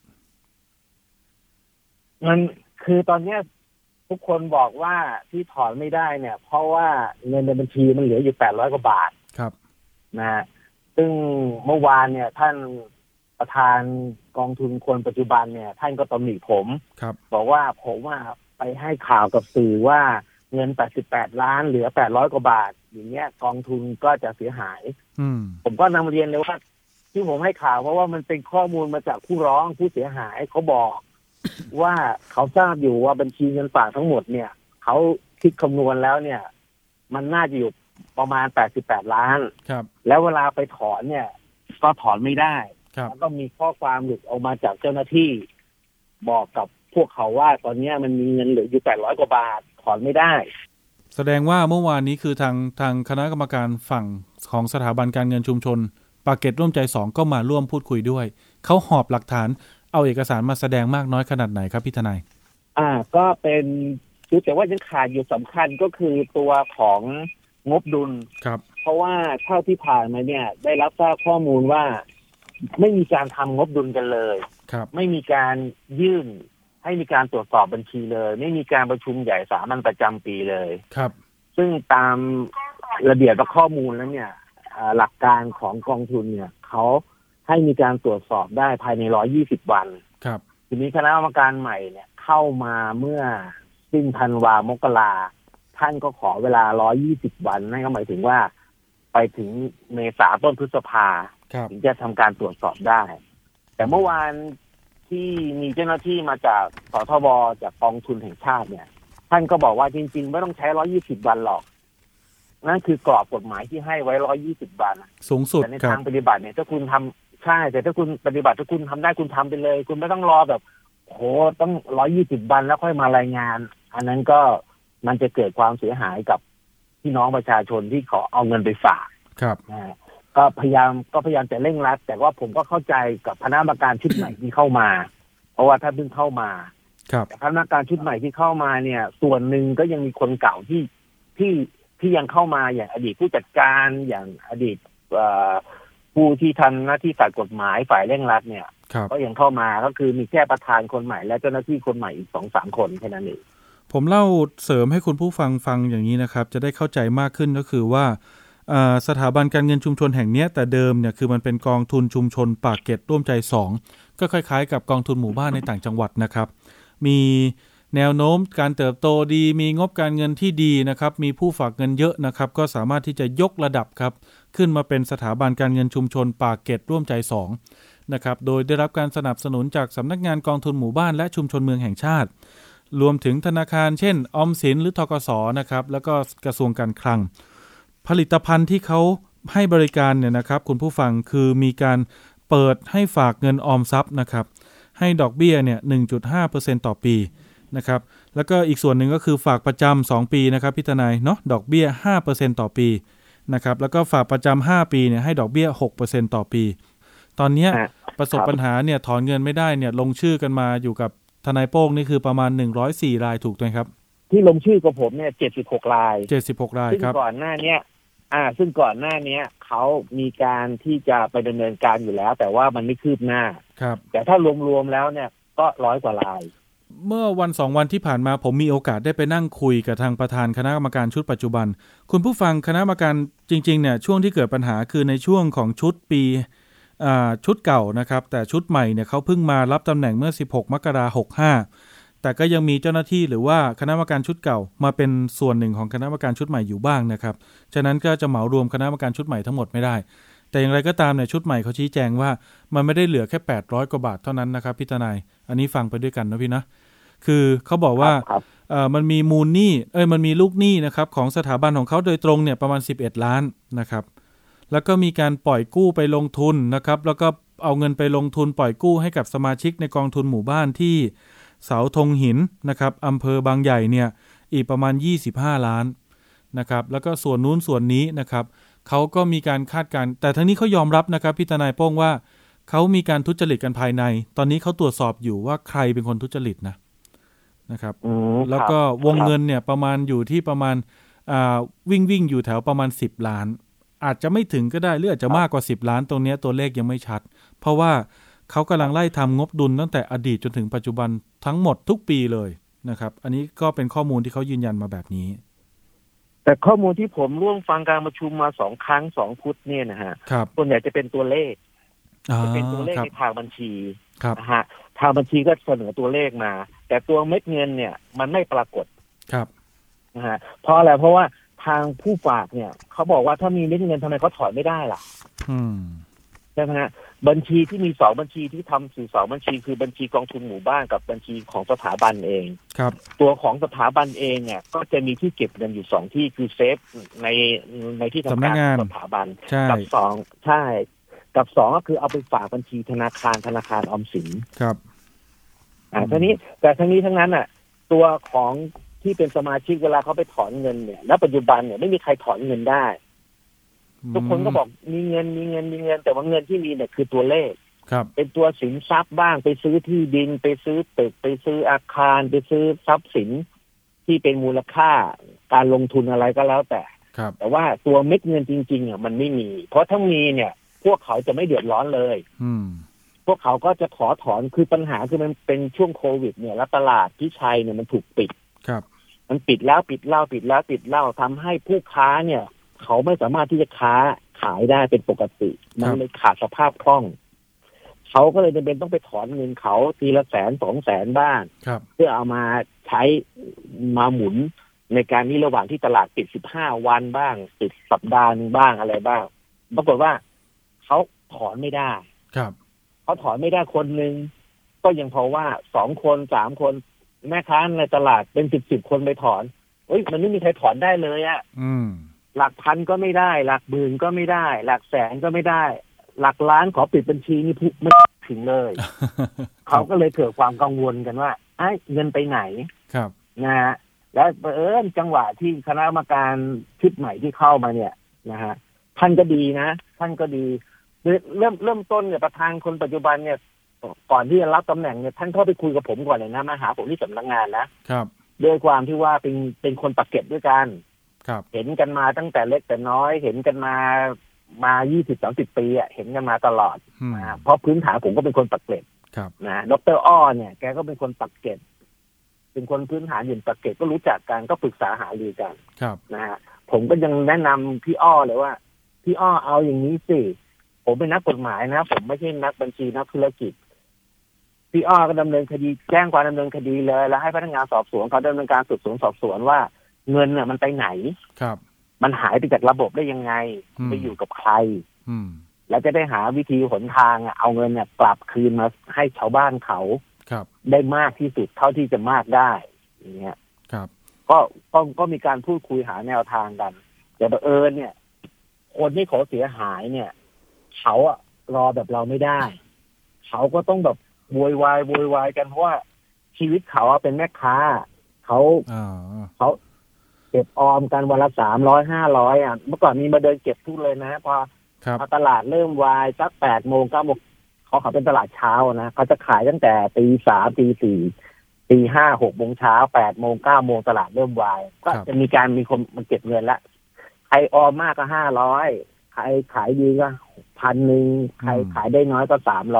[SPEAKER 4] มันคือตอนนี้ทุกคนบอกว่าที่ถอนไม่ได้เนี่ยเพราะว่าเงินในบัญชีมันเหลืออยู่800กว่าบาท
[SPEAKER 2] ครับ
[SPEAKER 4] นะซึ่งเมื่อวานเนี่ยท่านประธานกองทุนคนปัจจุบันเนี่ยท่านก็ตำหนิผมบอกว่าผมไปให้ข่าวกับสื่อว่าเงิน88ล้านเหลือ800กว่าบาทอย่างเงี้ยกองทุนก็จะเสียหายผมก็นำเรียนเลยว่าที่ผมให้ข่าวเพราะว่ามันเป็นข้อมูลมาจากผู้ร้องผู้เสียหายเขาบอกว่าเขาทราบอยู่ว่าบัญชีเงินฝากทั้งหมดเนี่ยเขาคิดคำนวณแล้วเนี่ยมันน่าจะอยู่ประมาณ88ล้านแล้วเวลาไปถอนเนี่ยก็ถอนไม่ได้แล้วก็มีข้อความหลุดออกมาจากเจ้าหน้าที่บอกกับพวกเขาว่าตอนนี้มันมีเงินเหลืออยู่800กว่าบาทถอนไม่ได้
[SPEAKER 2] แสดงว่าเมื่อวานนี้คือทางคณะกรรมการฝั่งของสถาบันการเงินชุมชนปากเกร็ดร่วมใจ2ก็มาร่วมพูดคุยด้วยเขาหอบหลักฐานเอาเอกสารมาแสดงมากน้อยขนาดไหนครับพี่ทนาย
[SPEAKER 4] ก็เป็นแต่ว่ายังขาดอยู่สำคัญก็คือตัวของงบดุล
[SPEAKER 2] ครับ
[SPEAKER 4] เพราะว่าเท่าที่ผ่านมาเนี่ยได้รับทราบข้อมูลว่าไม่มีการทำงบดุลกันเลยไม่มีการยื่นให้มีการตรวจสอบบัญชีเลยไม่มีการประชุมใหญ่สามัญประจำปีเลย
[SPEAKER 2] ครับ
[SPEAKER 4] ซึ่งตามระเบียบและข้อมูลแล้วเนี่ยหลักการของกองทุนเนี่ยเขาให้มีการตรวจสอบได้ภายใน120วัน
[SPEAKER 2] ครับ
[SPEAKER 4] ทีนี้คณะกรรมการใหม่เนี่ยเข้ามาเมื่อสิ้นธันวามกราท่านก็ขอเวลา120วันนั่นก็หมายถึงว่าไปถึงเมษาต้นพฤษภาถึงจะทำการตรวจสอบได้แต่เมื่อวานที่มีเจ้าหน้าที่มาจากสทบจากกองทุนแห่งชาติเนี่ยท่านก็บอกว่าจริงๆไม่ต้องใช้120วันหรอกนั่นคือกรอบกฎหมายที่ให้ไว้120วัน
[SPEAKER 2] สูงสุด
[SPEAKER 4] แต่ในทางปฏิบัติเนี่ยถ้าคุณทำใช่แต่ถ้าคุณปฏิบัติถ้าคุณทำได้คุณทำไปเลยคุณไม่ต้องรอแบบโหต้อง120วันแล้วค่อยมารายงานอันนั้นก็มันจะเกิดความเสียหายกับพี่น้องประชาชนที่ขอเอาเงินไปฝาก
[SPEAKER 2] ครับ
[SPEAKER 4] ก็พยายามจะเร่งรัดแต่ว่าผมก็เข้าใจกับคณะกรรมการชุดใหม่ที่เข้ามาเพราะว่าถ้าเพิ่งเข้ามาคณะกรรมการชุดใหม่ที่เข้ามาเนี่ยส่วนหนึ่งก็ยังมีคนเก่าที่ยังเข้ามาอย่างอดีตผู้จัดการอย่างอดีตผู้ที่ทำหน้าที่ฝ่ายกฎหมายฝ่ายเร่งรัดเนี่ยก็ยังเข้ามาก็คือมีแค่ประธานคนใหม่และเจ้าหน้าที่คนใหม่อีก 2-3 คนแค่นั้นเอง
[SPEAKER 2] ผมเล่าเสริมให้คุณผู้ฟังฟังอย่างนี้นะครับจะได้เข้าใจมากขึ้นก็คือว่าสถาบันการเงินชุมชนแห่งนี้แต่เดิมเนี่ยคือมันเป็นกองทุนชุมชนปากเกร็ดร่วมใจ2ก็คล้ายๆกับกองทุนหมู่บ้านในต่างจังหวัดนะครับมีแนวโน้มการเติบโตดีมีงบการเงินที่ดีนะครับมีผู้ฝากเงินเยอะนะครับก็สามารถที่จะยกระดับครับขึ้นมาเป็นสถาบันการเงินชุมชนปากเกร็ดร่วมใจ2นะครับโดยได้รับการสนับสนุนจากสำนักงานกองทุนหมู่บ้านและชุมชนเมืองแห่งชาติรวมถึงธนาคารเช่นออมสินหรือธกสนะครับแล้วก็กระทรวงการคลังผลิตภัณฑ์ที่เขาให้บริการเนี่ยนะครับคุณผู้ฟังคือมีการเปิดให้ฝากเงินออมทรัพย์นะครับให้ดอกเบี้ยเนี่ย 1.5% ต่อปีนะครับแล้วก็อีกส่วนหนึ่งก็คือฝากประจำ2ปีนะครับพี่ทนายเนาะดอกเบี้ย 5% ต่อปีนะครับแล้วก็ฝากประจำ5ปีเนี่ยให้ดอกเบี้ย 6% ต่อปีตอนนี้ประสบปัญหาเนี่ยถอนเงินไม่ได้เนี่ยลงชื่อกันมาอยู่กับทนายโป้งนี่คือประมาณ104รายถูกไหมครับ
[SPEAKER 4] ที่ลงชื่อกับผมเนี่ย76ราย
[SPEAKER 2] ครับ
[SPEAKER 4] ซึ่งก่อนหน้านี้เขามีการที่จะไปดำเนินการอยู่แล้วแต่ว่ามันไม่คืบหน้า
[SPEAKER 2] ครับ
[SPEAKER 4] แต่ถ้ารวมๆแล้วเนี่ยก็100กว่าราย
[SPEAKER 2] เมื่อวัน2วันที่ผ่านมาผมมีโอกาสได้ไปนั่งคุยกับทางประธานคณะกรรมการชุดปัจจุบันคุณผู้ฟังคณะกรรมการจริงๆเนี่ยช่วงที่เกิดปัญหาคือในช่วงของชุดปีชุดเก่านะครับแต่ชุดใหม่เนี่ยเขาเพิ่งมารับตำแหน่งเมื่อ16มกราคม65แต่ก็ยังมีเจ้าหน้าที่หรือว่าคณะกรรมการชุดเก่ามาเป็นส่วนหนึ่งของคณะกรรมการชุดใหม่อยู่บ้างนะครับฉะนั้นก็จะเหมารวมคณะกรรมการชุดใหม่ทั้งหมดไม่ได้แต่อย่างไรก็ตามเนี่ยชุดใหม่เขาชี้แจงว่ามันไม่ได้เหลือแค่800กว่าบาทเท่านั้นนะครับพี่ทนายอันนี้ฟังไปด้วยกันนะพี่นะคือเขาบอกว่ามันมีมูลหนี้มันมีลูกหนี้นะครับของสถาบันของเขาโดยตรงเนี่ยประมาณ11ล้านนะครับแล้วก็มีการปล่อยกู้ไปลงทุนนะครับแล้วก็เอาเงินไปลงทุนปล่อยกู้ให้กับสมาชิกในกองทุนหมู่บ้านที่เสาธงหินนะครับอำเภอบางใหญ่เนี่ยอีกประมาณ25ล้านนะครับแล้วก็ส่วนนู้นส่วนนี้นะครับเขาก็มีการคาดการณ์แต่ทั้งนี้เขายอมรับนะครับพี่ทนายโป้งว่าเขามีการทุจริตกันภายในตอนนี้เขาตรวจสอบอยู่ว่าใครเป็นคนทุจริตนะครับแล้วก็วงเงินเนี่ยประมาณอยู่ที่ประมาณวิ่งอยู่แถวประมาณ10ล้านอาจจะไม่ถึงก็ได้หรืออาจจะมากกว่า10ล้านตรงนี้ตัวเลขยังไม่ชัดเพราะว่าเขากำลังไล่ทำงบดุลตั้งแต่อดีตจนถึงปัจจุบันทั้งหมดทุกปีเลยนะครับอันนี้ก็เป็นข้อมูลที่เขายืนยันมาแบบนี้
[SPEAKER 4] แต่ข้อมูลที่ผมร่วมฟังการประชุมมา2ครั้ง2พุธเนี่ยนะฮะส่วนใหญ่จะเป็นตัวเลขจะเป็นตัวเลขในทางบัญชีนะฮะทางบัญชีก็เสนอตัวเลขมาแต่ตัวเม็ดเงินเนี่ยมันไม่ปรากฏนะฮะเพราะอะไรเพราะว่าทางผู้ฝากเนี่ยเขาบอกว่าถ้ามีเม็ดเงินทำไมเขาถอนไม่ได้ล่ะใช่ไหมฮะบัญชีที่มี2บัญชีที่ทำสื่อ2บัญชีคือบัญชีกองทุนหมู่บ้านกับบัญชีของสถาบันเอง
[SPEAKER 2] ครับ
[SPEAKER 4] ตัวของสถาบันเองเนี่ยก็จะมีที่เก็บเงินอยู่2ที่คือเซฟในที่ทำการสถาบันกับ2ใช่กับ2ก็คือเอาไปฝากบัญชีธนาคารออมสิน
[SPEAKER 2] ครับ
[SPEAKER 4] ทีนี้แต่ทั้งนี้ทั้งนั้นอ่ะตัวของที่เป็นสมาชิกเวลาเขาไปถอนเงินเนี่ยณปัจจุบันเนี่ยไม่มีใครถอนเงินได้ทุกคนก็บอกมีเงินแต่ว่าเงินที่มีเนี่ยคือตัวเลขเป็นตัวสินทรัพย์บ้างไปซื้อที่ดินไปซื้อตึกไปซื้ออาคารไปซื้อทรัพย์สินที่เป็นมูลค่าการลงทุนอะไรก็แล้วแต่ว่าตัวเม็ดเงินจริงๆอ่ะมันไม่มีเพราะถ้ามีเนี่ยพวกเขาจะไม่เดือดร้อนเลยพวกเขาก็จะขอถอนคือปัญหาคือมันเป็นช่วงโควิดเนี่ยแล้วตลาดพิชัยเนี่ยมันถูกปิดมันปิดแล้วปิดเล่าทำให้ผู้ค้าเนี่ยเขาไม่สามารถที่จะขายได้เป็นปกติมันเลยขาดสภาพคล่องเขาก็เลยจำเป็นต้องไปถอนเงินเขาทีละ100,000-200,000บ้างเพื่อเอามาใช้มาหมุนในการนี้ระหว่างที่ตลาดปิด15วันบ้างปิดสัปดาห์นึงบ้างอะไรบ้างปรากฏว่าเขาถอนไม่ได้เขาถอนไม่ได้คนนึงก็ยังเพราะว่า2คน3คนแม่ค้าในตลาดเป็น10คนไปถอนมันไม่มีใครถอนได้เลยอ่ะหลักพันก็ไม่ได้หลักหมื่นก็ไม่ได้หลักแสนก็ไม่ได้หลักล้านขอปิดบัญชีนี่ไม่ถึงเลย เขาก็เลยเกิดความกังวลกันว่าเงินไปไหนนะฮะแล้วจังหวะที่คณะกรรมการชุดใหม่ที่เข้ามาเนี่ยนะฮะท่านก็ดีเริ่มต้นเนี่ยประธานคนปัจจุบันเนี่ยก่อนที่จะรับตำแหน่งเนี่ยท่านเข้าไปคุยกับผมก่อนเลยนะมาหาผมที่สำนักงานนะครับด้วยความที่ว่าเป็นคนปากเกร็ดด้วยกันเห็นกันมาตั้งแต่เล็กแต่น้อยเห็นกันมา 20-30 ปีอ่ะเห็นกันมาตลอดเพราะพื้นฐานผมก็เป็นคนปากเกร็ดนะดร.อ้อเนี่ยแกก็เป็นคนปากเกร็ดเป็นคนพื้นฐานอยู่ปากเกร็ดก็รู้จักกันก็ปรึกษาหารือกัน
[SPEAKER 2] ครับ
[SPEAKER 4] นะฮะผมก็ยังแนะนำพี่อ้อเลยว่าพี่อ้อเอาอย่างนี้สิผมเป็นนักกฎหมายนะผมไม่ใช่นักบัญชีนักธุรกิจพี่อ้อก็ดำเนินคดีแจ้งความดำเนินคดีเลยแล้วให้พนักงานสอบสวนเขาดำเนินการสืบสวนสอบสวนว่าเงินน่ะมันไปไหน
[SPEAKER 2] ครับ
[SPEAKER 4] มันหายไปจากระบบได้ยังไงไปอยู่กับใครแล้วจะได้หาวิธีหนทางเอาเงินเนี่ยกลับคืนมาให้ชาวบ้านเขาได้มากที่สุดเท่าที่จะมากได้อย่างเงี้ย
[SPEAKER 2] ครับ
[SPEAKER 4] ก็มีการพูดคุยหาแนวทางกันแต่บังเอิญเนี่ยคนที่เขาเสียหายเนี่ยเขาอะรอแบบเราไม่ได้เขาก็ต้องแบบโวยวายกันเพราะว่าชีวิตเขาเป็นแม่ค้าเขาเก็บออมกันวันละ300-500อ่ะเมื่อก่อนมีมาเดินเก็บทุกเลยนะพอตลาดเริ่มวายสัก8 โมง 9 โมงเขาเป็นตลาดเช้านะเขาจะขายตั้งแต่ 3 ตี 4 ตี 5 6 โมงเช้า8 โมง 9 โมงตลาดเริ่มวายก็จะมีคนมาเก็บเงินละใครออมมากก็500ใครขายดีก็1,000ใครขายได้น้อยก็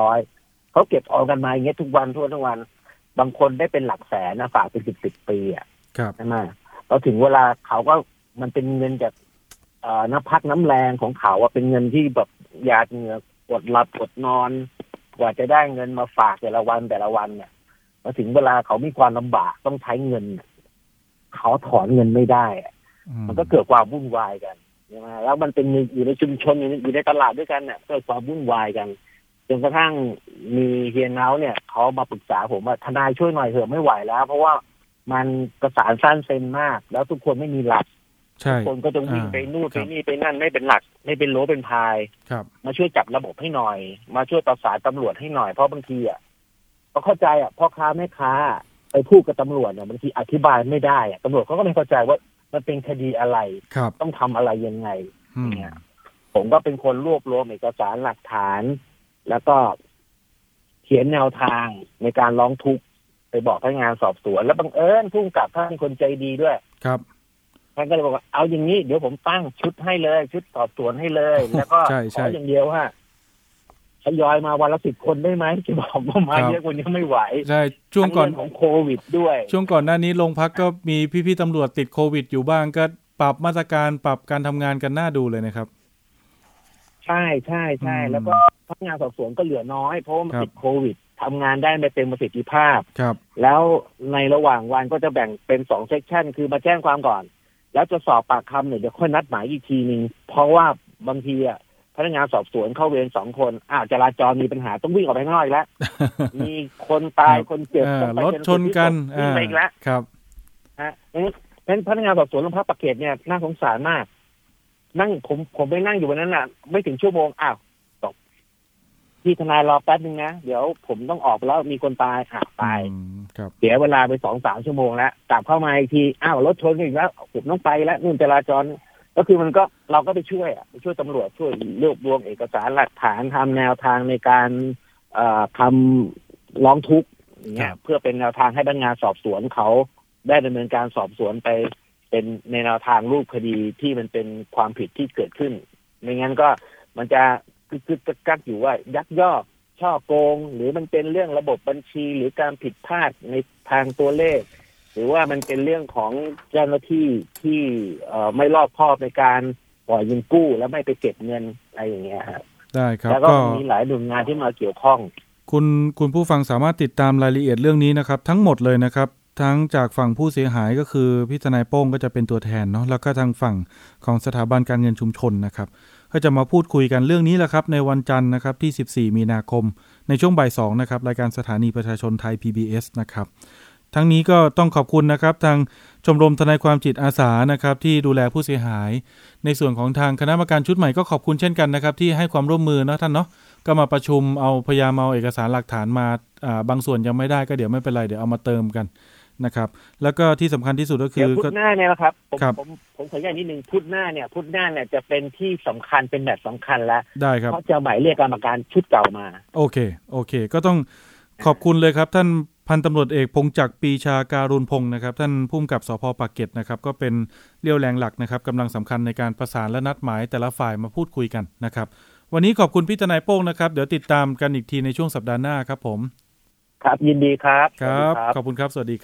[SPEAKER 4] 300เขาเก็บออมกันมาอย่างเงี้ยทุกวันทุกวันบางคนได้เป็นหลักแสนนะฝากเป็น10 ปีอ่ะใช่ไหมพอถึงเวลาเขาก็มันเป็นเงินจากน้ำพักน้ำแรงของเขาเป็นเงินที่แบบหยาดเหงื่อดหลับอดนอนกว่าจะได้เงินมาฝากแต่ละวันเนี่ยพอถึงเวลาเขามีความลำบากต้องใช้เงินเขาถอนเงินไม่ได้มันก็เกิดความวุ่นวายกันใช่ไหมแล้วมันเป็นอยู่ในชุมชนอยู่ในตลาดด้วยกันเนี่ยเกิดความวุ่นวายกันจนกระทั่งมีเฮียเนาเนี่ยเขามาปรึกษาผมว่าทนายช่วยหน่อยเถอะไม่ไหวแล้วเพราะว่ามันกระสานสั้นเซนมากแล้วทุกคนไม่มีหลักทุกคนก็ต้องวิ่งไปนู่นไปนี่ไปนั่นไม่เป็นหลักไม่เป็นโลเป็นพายมาช่วยจับระบบให้หน่อยมาช่วยประสานตำรวจให้หน่อยเพราะบางทีก็เข้าใจพ่อค้าแม่ค้าไปพูดกับตำรวจเนี่ยบางทีอธิบายไม่ได้ตำรวจเขาก็ไม่เข้าใจว่ามันเป็นคดีอะไรต้องทำอะไรยังไงเนี่ยผมก็เป็นคนรวบรวมเอกสารหลักฐานแล้วก็เขียนแนวทางในการร้องทุกข์ไปบอกพนักงานสอบสวนแล้วบังเอิญผู้กำกับท่านคนใจดีด้วย
[SPEAKER 2] ครับ
[SPEAKER 4] ท่านก็เลยบอกว่าเอาอย่างนี้เดี๋ยวผมตั้งชุดให้เลยชุดสอบสวนให้เลยแล้วก็ขออย่างเดียวว่าทยอยมาวันละ10 คนได้ไหมจะบอกว่ามาเยอะกว่านี้ไม่ไหว
[SPEAKER 2] ใช่ช่วงก่อน
[SPEAKER 4] ของโควิดด้วย
[SPEAKER 2] ช่วงก่อนหน้านี้โรงพักก็มีพี่ๆตำรวจติดโควิดอยู่บ้างก็ปรับมาตรการปรับการทำงานกันน่าดูเลยนะครับ
[SPEAKER 4] ใช่แล้วก็พนักงานสอบสวนก็เหลือน้อยเพราะว่ามันติดโควิดทำงานได้ไม่เต็มประสิทธิภาพแล้วในระหว่างวันก็จะแบ่งเป็น2 เซกชันคือมาแจ้งความก่อนแล้วจะสอบปากคำเนี่ยเดี๋ยวค่อยนัดหมายอีกทีนึงเพราะว่าบางทีพนักงานสอบสวนเข้าเวร2 คนจราจรมีปัญหาต้องวิ่งออกไปข้างนอกอีกแล้วมีคนตายคนเจ็บ
[SPEAKER 2] รถชนกัน
[SPEAKER 4] ไปอีกแล้ว
[SPEAKER 2] ครับ
[SPEAKER 4] งั้นพนักงานสอบสวนโรงพักปากเกร็ดเนี่ยน่าสงสารมากนั่งผมไปนั่งอยู่วันนั้นไม่ถึงชั่วโมงตกพี่ทนายรอแป๊บนึงนะเดี๋ยวผมต้องออกแล้วมีคนตายตายเสียเวลาไป 2-3 ชั่วโมงแล้วกลับเข้ามาอีกทีรถชนอีกแล้วผมต้องไปแล้วนู่นจราจรก็คือมันก็เราก็ไปช่วยตำรวจช่วยรวบรวมเอกสารหลักฐานทำแนวทางในการทำร้องทุกข์เนี่ยเพื่อเป็นแนวทางให้พนักงานสอบสวนเขาได้ดำเนินการสอบสวนไปเป็นในแนวทางรูปคดีที่มันเป็นความผิดที่เกิดขึ้นไม่งั้นก็มันจะกักอยู่ว่ายักยอกช่อโกงหรือมันเป็นเรื่องระบบบัญชีหรือการผิดพลาดในทางตัวเลขหรือว่ามันเป็นเรื่องของเจ้าหน้าที่ที่ไม่รอบคอบในการปล่อยเงินกู้แล้วไม่ไปเก็บเงินอะไรอย่างเงี้ยครับ
[SPEAKER 2] ได้ครับ
[SPEAKER 4] แล้วก็มีหลายหน่วยงานที่มาเกี่ยวข้อง
[SPEAKER 2] คุณผู้ฟังสามารถติดตามรายละเอียดเรื่องนี้นะครับทั้งหมดเลยนะครับทั้งจากฝั่งผู้เสียหายก็คือพี่ทนายโป้งก็จะเป็นตัวแทนเนาะแล้วก็ทางฝั่งของสถาบันการเงินชุมชนนะครับก็จะมาพูดคุยกันเรื่องนี้แหละครับในวันจันทร์นะครับที่14 มีนาคมในช่วงบ่าย 2นะครับรายการสถานีประชาชนไทย PBS นะครับทั้งนี้ก็ต้องขอบคุณนะครับทางชมรมทนายความจิตอาสานะครับที่ดูแลผู้เสียหายในส่วนของทางคณะกรรมการชุดใหม่ก็ขอบคุณเช่นกันนะครับที่ให้ความร่วมมือเนาะท่านเนาะก็มาประชุมพยายามเอาเอกสารหลักฐานมาบางส่วนยังไม่ได้ก็เดี๋ยวไม่เป็นไรเดี๋ยวเอามาเติมกันนะครับแล้วก็ที่สำคัญที่สุดก็คือ
[SPEAKER 4] พุธหน้าเนี่ยนะครับผมขออนุญาตนิดนึงพุธหน้าเนี่ยจะเป็นที่สำคัญเป็นแบบสำคัญแล้ว
[SPEAKER 2] ได้ครับ
[SPEAKER 4] เพราะจะหมายเรียกกรรมการชุดเก่ามา
[SPEAKER 2] โอเคก็ต้องขอบคุณเลยครับท่านพันตำรวจเอกพงษ์จักรปีชาการุณพงศ์นะครับท่านผู้กำกับสภ.ปากเกร็ดนะครับก็เป็นเรี่ยวแรงหลักนะครับกำลังสำคัญในการประสานและนัดหมายแต่ละฝ่ายมาพูดคุยกันนะครับวันนี้ขอบคุณพี่ทนายโป้งนะครับเดี๋ยวติดตามกันอีกทีในช่วงสัปดาห์หน้าครับผม
[SPEAKER 4] ครับยินดีครับ
[SPEAKER 2] ครับขอบคุณครับสวัสดีครับ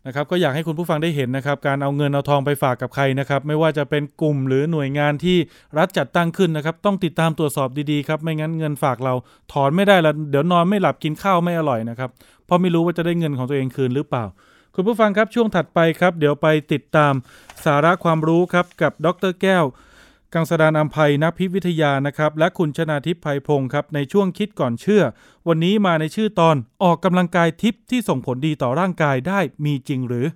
[SPEAKER 2] นะครับก็อยากให้คุณผู้ฟังได้เห็นนะครับการเอาเงินเอาทองไปฝากกับใครนะครับไม่ว่าจะเป็นกลุ่มหรือหน่วยงานที่รัฐจัดตั้งขึ้นนะครับต้องติดตามตรวจสอบดีๆครับไม่งั้นเงินฝากเราถอนไม่ได้แล้วเดี๋ยวนอนไม่หลับกินข้าวไม่อร่อยนะครับเพราะไม่รู้ว่าจะได้เงินของตัวเองคืนหรือเปล่าคุณผู้ฟังครับช่วงถัดไปครับเดี๋ยวไปติดตามสาระความรู้ครับกับดร.แก้วกังสดาลอำไพนักพิษวิทยานะครับและคุณชนาทิพย์ไพพงศ์ครับในช่วงคิดก่อนเชื่อวันนี้มาในชื่อตอนออกกำลังกายทิปที่ส่งผลดีต่อร่างกายได้มีจริงหรือ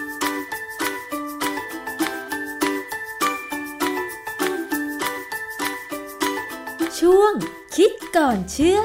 [SPEAKER 1] ช่วงคิดก่อนเชื่อ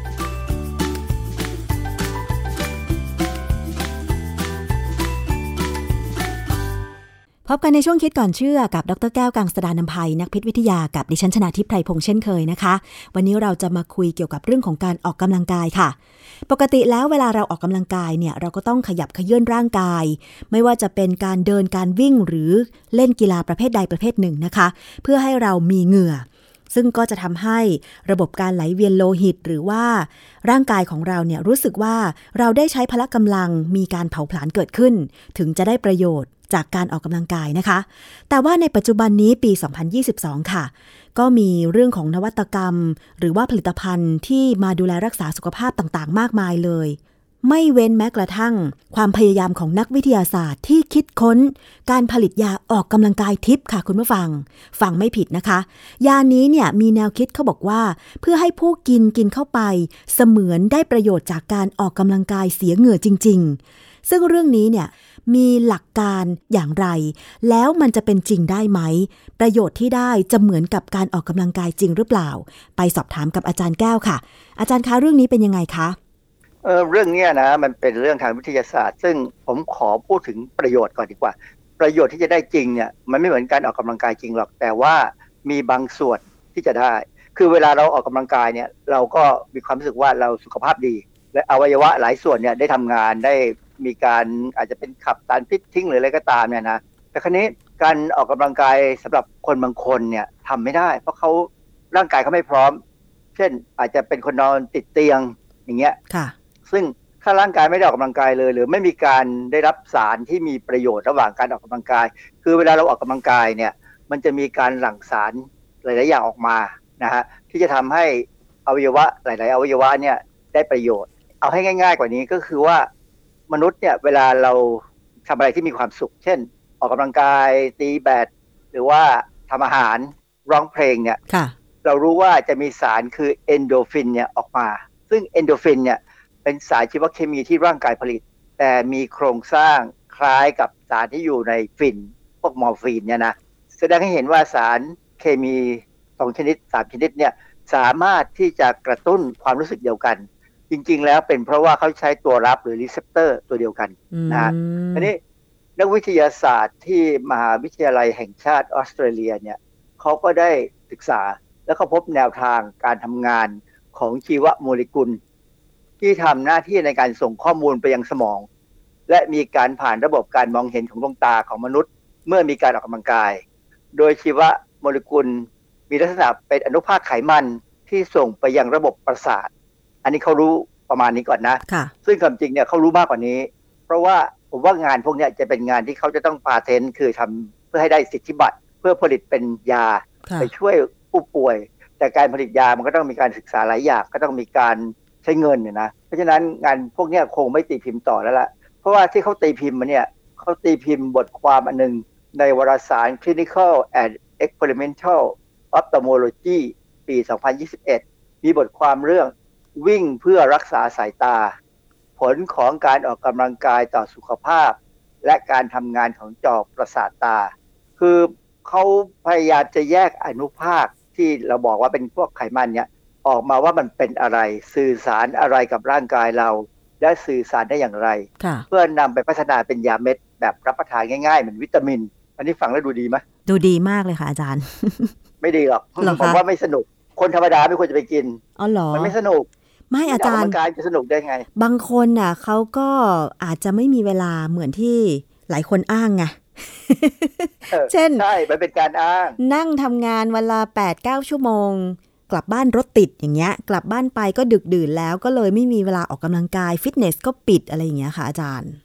[SPEAKER 5] พบกันในช่วงคิดก่อนเชื่อกับดร.แก้วกังสดาลอำไพนักพิษวิทยากับดิฉันชนาทิพย์ไพพงษ์เช่นเคยนะคะวันนี้เราจะมาคุยเกี่ยวกับเรื่องของการออกกำลังกายค่ะปกติแล้วเวลาเราออกกำลังกายเนี่ยเราก็ต้องขยับเขยื้อนร่างกายไม่ว่าจะเป็นการเดินการวิ่งหรือเล่นกีฬาประเภทใดประเภทหนึ่งนะคะเพื่อให้เรามีเหงื่อซึ่งก็จะทำให้ระบบการไหลเวียนโลหิตหรือว่าร่างกายของเราเนี่ยรู้สึกว่าเราได้ใช้พละกำลังมีการเผาผลาญเกิดขึ้นถึงจะได้ประโยชน์จากการออกกำลังกายนะคะแต่ว่าในปัจจุบันนี้ปี 2022 ค่ะก็มีเรื่องของนวัตกรรมหรือว่าผลิตภัณฑ์ที่มาดูแลรักษาสุขภาพต่างๆมากมายเลยไม่เว้นแม้กระทั่งความพยายามของนักวิทยาศาสตร์ที่คิดค้นการผลิตยาออกกำลังกายทิพย์ค่ะคุณผู้ฟังไม่ผิดนะคะยานี้เนี่ยมีแนวคิดเขาบอกว่าเพื่อให้ผู้กินเข้าไปเสมือนได้ประโยชน์จากการออกกำลังกายเสียเหงื่อจริงๆซึ่งเรื่องนี้เนี่ยมีหลักการอย่างไรแล้วมันจะเป็นจริงได้ไหมประโยชน์ที่ได้จะเหมือนกับการออกกำลังกายจริงหรือเปล่าไปสอบถามกับอาจารย์แก้วค่ะอาจารย์คะเรื่องนี้เป็นยังไงคะ
[SPEAKER 6] เรื่องนี้นะมันเป็นเรื่องทางวิทยาศาสตร์ซึ่งผมขอพูดถึงประโยชน์ก่อนดีกว่าประโยชน์ที่จะได้จริงเนี่ยมันไม่เหมือนการออกกำลังกายจริงหรอกแต่ว่ามีบางส่วนที่จะได้คือเวลาเราออกกำลังกายเนี่ยเราก็มีความรู้สึกว่าเราสุขภาพดีและอวัยวะหลายส่วนเนี่ยได้ทำงานได้มีการอาจจะเป็นขับสารพิษทิ้งหรืออะไรก็ตามเนี่ยนะแต่ครั้นี้การออกกำลังกายสำหรับคนบางคนเนี่ยทำไม่ได้เพราะเขาร่างกายเขาไม่พร้อมเช่นอาจจะเป็นคนนอนติดเตียงอย่างเงี้ยซึ่งถ้าร่างกายไม่ได้ออกกำลังกายเลยหรือไม่มีการได้รับสารที่มีประโยชน์ระหว่างการออกกำลังกายคือเวลาเราออกกำลังกายเนี่ยมันจะมีการหลั่งสารหลายๆอย่างออกมานะฮะที่จะทำให้อวัยวะหลายๆอวัยวะเนี่ยได้ประโยชน์เอาให้ง่ายๆกว่านี้ก็คือว่ามนุษย์เนี่ยเวลาเราทำอะไรที่มีความสุขเช่นออกกำลังกายตีแบดหรือว่าทำอาหารร้องเพลงเนี่ยเรารู้ว่าจะมีสารคือเอนโดฟินเนี่ยออกมาซึ่งเอนโดฟินเนี่ยเป็นสารชีวเคมีที่ร่างกายผลิตแต่มีโครงสร้างคล้ายกับสารที่อยู่ในฟินพวกมอร์ฟีนเนี่ยนะแสดงให้เห็นว่าสารเคมี2ชนิด3ชนิดเนี่ยสามารถที่จะกระตุ้นความรู้สึกเดียวกันจริงๆแล้วเป็นเพราะว่าเขาใช้ตัวรับหรือรีเซปเตอร์ตัวเดียวกันนะอันนี้นักวิทยาศาสตร์ที่มหาวิทยาลัยแห่งชาติออสเตรเลียเนี่ยเขาก็ได้ศึกษาแล้วเขาพบแนวทางการทำงานของชีวโมเลกุลที่ทำหน้าที่ในการส่งข้อมูลไปยังสมองและมีการผ่านระบบการมองเห็นของดวงตาของมนุษย์เมื่อมีการออกกำลังกายโดยชีวโมเลกุลมีลักษณะเป็นอนุภาคไขมันที่ส่งไปยังระบบประสาทอันนี้เขารู้ประมาณนี้ก่อนนะซึ่งความจริงเนี่ยเขารู้มากกว่านี้เพราะว่าผมว่างานพวกนี้จะเป็นงานที่เขาจะต้องพาเทนต์คือทำเพื่อให้ได้สิทธิบัตรเพื่อผลิตเป็นยาไปช่วยผู้ป่วยแต่การผลิตยามันก็ต้องมีการศึกษาหลายอย่างก็ต้องมีการใช้เงินเนี่ยนะเพราะฉะนั้นงานพวกนี้คงไม่ตีพิมพ์ต่อแล้วล่ะเพราะว่าที่เขาตีพิมพ์มาเนี่ยเขาตีพิมพ์บทความอันนึงในวารสาร Clinical and Experimental Ophthalmology ปี 2021 มีบทความเรื่องวิ่งเพื่อรักษาสายตาผลของการออกกำลังกายต่อสุขภาพและการทำงานของจอประสาทตาคือเขาพยายามจะแยกอนุภาคที่เราบอกว่าเป็นพวกไขมันเนี่ยออกมาว่ามันเป็นอะไรสื่อสารอะไรกับร่างกายเราและสื่อสารได้อย่างไรเพื่อนำไปพัฒนาเป็นยาเม็ดแบบรับประทานง่ายๆเหมือนวิตามินอันนี้ฟังแล้วดูดีไหม
[SPEAKER 5] ดูดีมากเลยค่ะอาจารย์
[SPEAKER 6] ไม่ดีหรอกผมว่าไม่สนุกคนธรรมดาไม่ควรจะไปกิน
[SPEAKER 5] อ๋อเหรอ
[SPEAKER 6] มันไม่สนุก
[SPEAKER 5] ไม่อาจารย์
[SPEAKER 6] จะสนุกได้ไง
[SPEAKER 5] บางคนน่ะเขาก็อาจจะไม่มีเวลาเหมือนที่หลายคนอ้างไง เช่น
[SPEAKER 6] ใช่มันเป็นการอ้าง
[SPEAKER 5] นั่งทำงานวันละ 8-9 ชั่วโมงกลับบ้านรถติดอย่างเงี้ยกลับบ้านไปก็ดึกดื่นแล้วก็เลยไม่มีเวลาออกกำลังกายฟิตเนสก็ปิดอะไรอย่างเงี้ยค่ะอาจารย์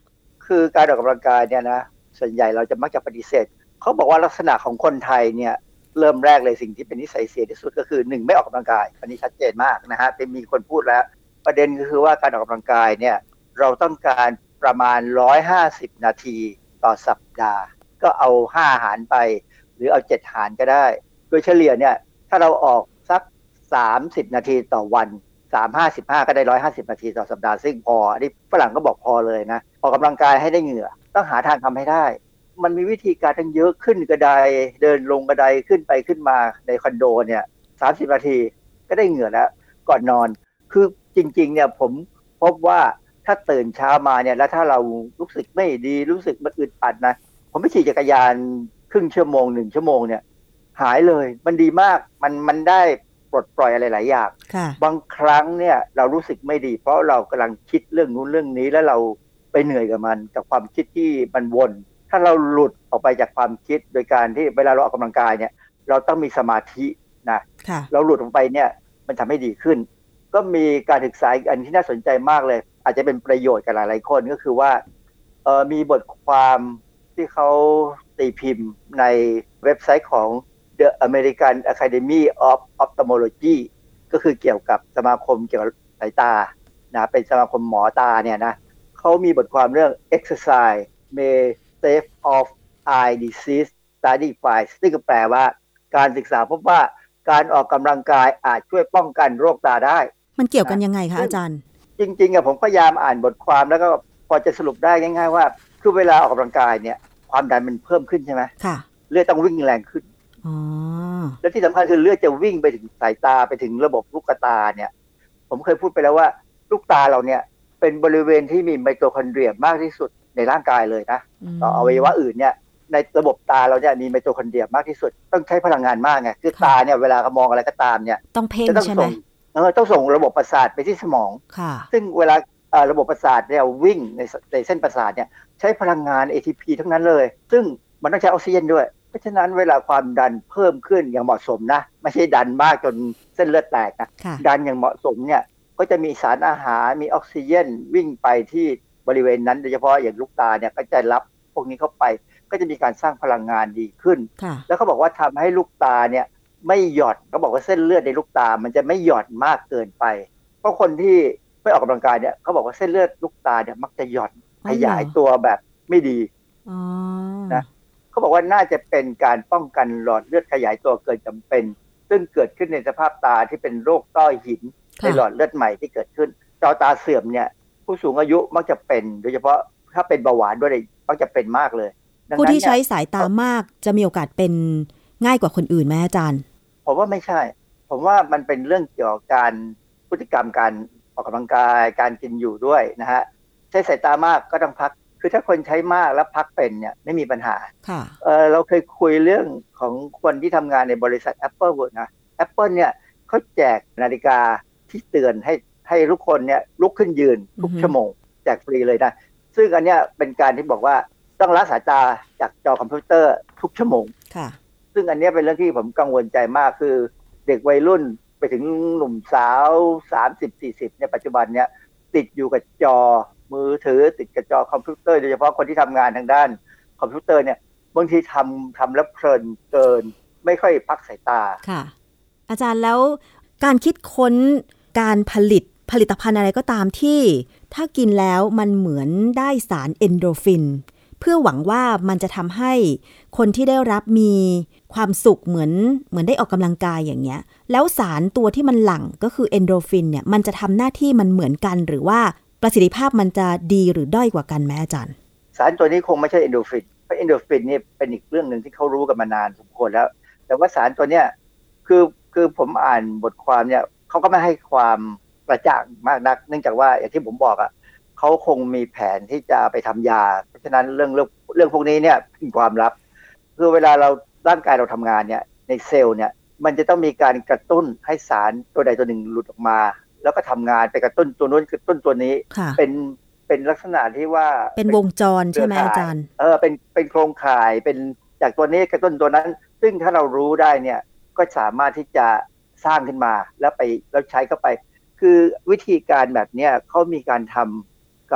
[SPEAKER 6] คือการออกกำลังกายเนี่ยนะส่วนใหญ่เราจะมักจะปฏิเสธเขาบอกว่าลักษณะของคนไทยเนี่ยเริ่มแรกเลยสิ่งที่เป็นนิสัยเสียที่สุดก็คือ1ไม่ออกกำลังกายอันนี้ชัดเจนมากนะฮะเป็นมีคนพูดแล้วประเด็นก็คือว่าการออกกำลังกายเนี่ยเราต้องการประมาณ150นาทีต่อสัปดาห์ก็เอา5หารไปหรือเอา7หารก็ได้โดยเฉลี่ยเนี่ยถ้าเราออกสัก30นาทีต่อวัน3-5-15ก็ได้150นาทีต่อสัปดาห์ซึ่งพออันนี้ฝรั่งก็บอกพอเลยนะออกกำลังกายให้ได้เหงื่อต้องหาทางทำให้ได้มันมีวิธีการทั้งเยอะขึ้นกระไดเดินลงกระไดขึ้นไปขึ้นมาในคอนโดเนี่ย30นาทีก็ได้เหงื่อแล้วก่อนนอนคือจริงๆเนี่ยผมพบว่าถ้าตื่นเช้ามาเนี่ยแล้วถ้าเรารู้สึกไม่ดีรู้สึกมันอึดอัดนะผมไปขี่จักรยานครึ่งชั่วโมง1ชั่วโมงเนี่ยหายเลยมันดีมากมันได้ปลดปล่อยอะไรหลายอย่างบางครั้งเนี่ยเรารู้สึกไม่ดีเพราะเรากำลังคิดเรื่องนู้นเรื่องนี้แล้วเราไปเหนื่อยกับมันกับความคิดที่มันวนถ้าเราหลุดออกไปจากความคิดโดยการที่เวลาเราออกกำลังกายเนี่ยเราต้องมีสมาธินะเราหลุดออกไปเนี่ยมันทำให้ดีขึ้นก็มีการศึกษาอันที่น่าสนใจมากเลยอาจจะเป็นประโยชน์กับหลายๆคนก็คือว่ามีบทความที่เขาตีพิมพ์ในเว็บไซต์ของ The American Academy of Ophthalmology ก็คือเกี่ยวกับสมาคมเกี่ยวกับสายตานะเป็นสมาคมหมอตาเนี่ยนะเขามีบทความเรื่อง Exercise May Save Off Eye Disease Study Files ซึ่งก็แปลว่าการศึกษาพบว่าการออกกำลังกายอาจช่วยป้องกันโรคตาได้
[SPEAKER 5] มันเกี่ยวกันยังไงคะอาจารย์
[SPEAKER 6] จริงๆผมพยายามอ่านบทความแล้วก็พอจะสรุปได้ง่ายๆว่าคือเวลาออกกำลังกายเนี่ยความดันมันเพิ่มขึ้นใช่ไหม
[SPEAKER 5] ค่ะ
[SPEAKER 6] เลือดต้องวิ่งแรงขึ้นและที่สำคัญคือเลือดจะวิ่งไปถึงสายตาไปถึงระบบลูกตาเนี่ยผมเคยพูดไปแล้วว่าลูกตาเราเนี่ยเป็นบริเวณที่มีไมโตคอนเดรียมากที่สุดในร่างกายเลยนะต่ออวัยวะอื่นเนี่ยในระบบตาเราเนี่ยมีไมโตคอนเดรียมากที่สุดต้องใช้พลังงานมากไงคือตาเนี่ยเวลามองอะไรก็ตามเนี่ย
[SPEAKER 5] ต้องเพ่งใช่ไหม
[SPEAKER 6] ต้องส่งระบบประสาทไปที่สมองซึ่งเวลาระบบประสาทเนี่ยวิ่งในเส้นประสาทเนี่ยใช้พลังงาน ATP ทั้งนั้นเลยซึ่งมันต้องใช้ออกซิเจนด้วยเพราะฉะนั้นเวลาความดันเพิ่มขึ้นอย่างเหมาะสมนะไม่ใช่ดันมากจนเส้นเลือดแตกนะดันอย่างเหมาะสมเนี่ยก็จะมีสารอาหารมีออกซิเจนวิ่งไปที่บริเวณนั้นโดยเฉพาะอย่างลูกตาเนี่ยก็จะรับพวกนี้เข้าไปก็จะมีการสร้างพลังงานดีขึ้นแล้วเขาบอกว่าทำให้ลูกตาเนี่ยไม่หย่อนเขาบอกว่าเส้นเลือดในลูกตามันจะไม่หย่อนมากเกินไปเพราะคนที่ไม่ออกกำลังกายเนี่ยเขาบอกว่าเส้นเลือดลูกตาเนี่ยมักจะหย่อนขยายตัวแบบไม่ดีนะเขาบอกว่าน่าจะเป็นการป้องกันหลอดเลือดขยายตัวเกินจำเป็นซึ่งเกิดขึ้นในสภาพตาที่เป็นโรคต้อหินในหลอดเลือดใหม่ที่เกิดขึ้นจอตาเสื่อมเนี่ยผู้สูงอายุมักจะเป็นโดยเฉพาะถ้าเป็นเบาหวานด้วยมักจะเป็นมากเลย
[SPEAKER 5] ผู้ที่ใช้สายตามากจะมีโอกาสเป็นง่ายกว่าคนอื่นไหมอาจารย์
[SPEAKER 6] ผมว่าไม่ใช่ผมว่ามันเป็นเรื่องเกี่ยวกับการพฤติกรรมการออกกำลังกายการกินอยู่ด้วยนะฮะใช้สายตามากก็ต้องพักคือถ้าคนใช้มากแล้วพักเป็นเนี่ยไม่มีปัญหาเราเคยคุยเรื่องของคนที่ทำงานในบริษัท Apple นะ Apple เนี่ยเขาแจกนาฬิกาที่เตือนให้ทุกคนเนี่ยลุกขึ้นยืนทุกชั่วโมงแจกฟรีเลยนะซึ่งอันเนี้ยเป็นการที่บอกว่าต้องละสายตาจากจอคอมพิวเตอร์ทุกชั่วโมงซึ่งอันนี้เป็นเรื่องที่ผมกังวลใจมากคือเด็กวัยรุ่นไปถึงหนุ่มสาว 30-40 ในปัจจุบันเนี่ยติดอยู่กับจอมือถือติดกับจอคอมพิวเตอร์โดยเฉพาะคนที่ทำงานทางด้านคอมพิวเตอร์เนี่ยบางทีทำแล้วเพลินเกินไม่ค่อยพักสายตา
[SPEAKER 5] ค่ะอาจารย์แล้วการคิดค้นการผลิตภัณฑ์อะไรก็ตามที่ถ้ากินแล้วมันเหมือนได้สารเอนโดรฟินเพื่อหวังว่ามันจะทำให้คนที่ได้รับมีความสุขเหมือนได้ออกกำลังกายอย่างเงี้ยแล้วสารตัวที่มันหลั่งก็คือเอนโดรฟินเนี่ยมันจะทำหน้าที่มันเหมือนกันหรือว่าประสิทธิภาพมันจะดีหรือด้อยกว่ากันไหมอาจารย์
[SPEAKER 6] สารตัวนี้คงไม่ใช่เอนโดรฟินเพราะเอนโดรฟินนี่เป็นอีกเรื่องนึงที่เขารู้กันมานานสมควรแล้วแต่ว่าสารตัวเนี้ยคือผมอ่านบทความเนี่ยเขาก็ไม่ให้ความกระจ่างมากนักเนื่องจากว่าอย่างที่ผมบอกเขาคงมีแผนที่จะไปทำยาเพราะฉะนั้นเรื่องพวกนี้เนี่ยเป็นความลับคือเวลาเราร่างกายเราทำงานเนี่ยในเซลล์เนี่ยมันจะต้องมีการกระตุ้นให้สารตัวใดตัวหนึ่งหลุดออกมาแล้วก็ทำงานไปกระตุ้นตัวนู้นกระตุ้นตัวนี้เป็นลักษณะที่ว่า
[SPEAKER 5] เป็นวงจรใช่ไหมอาจารย์
[SPEAKER 6] เป็นโครงข่ายเป็นจากตัวนี้กระตุ้นตัวนั้นซึ่งถ้าเรารู้ได้เนี่ยก็สามารถที่จะสร้างขึ้นมาแล้วใช้เข้าไปคือวิธีการแบบนี้เขามีการทำกับ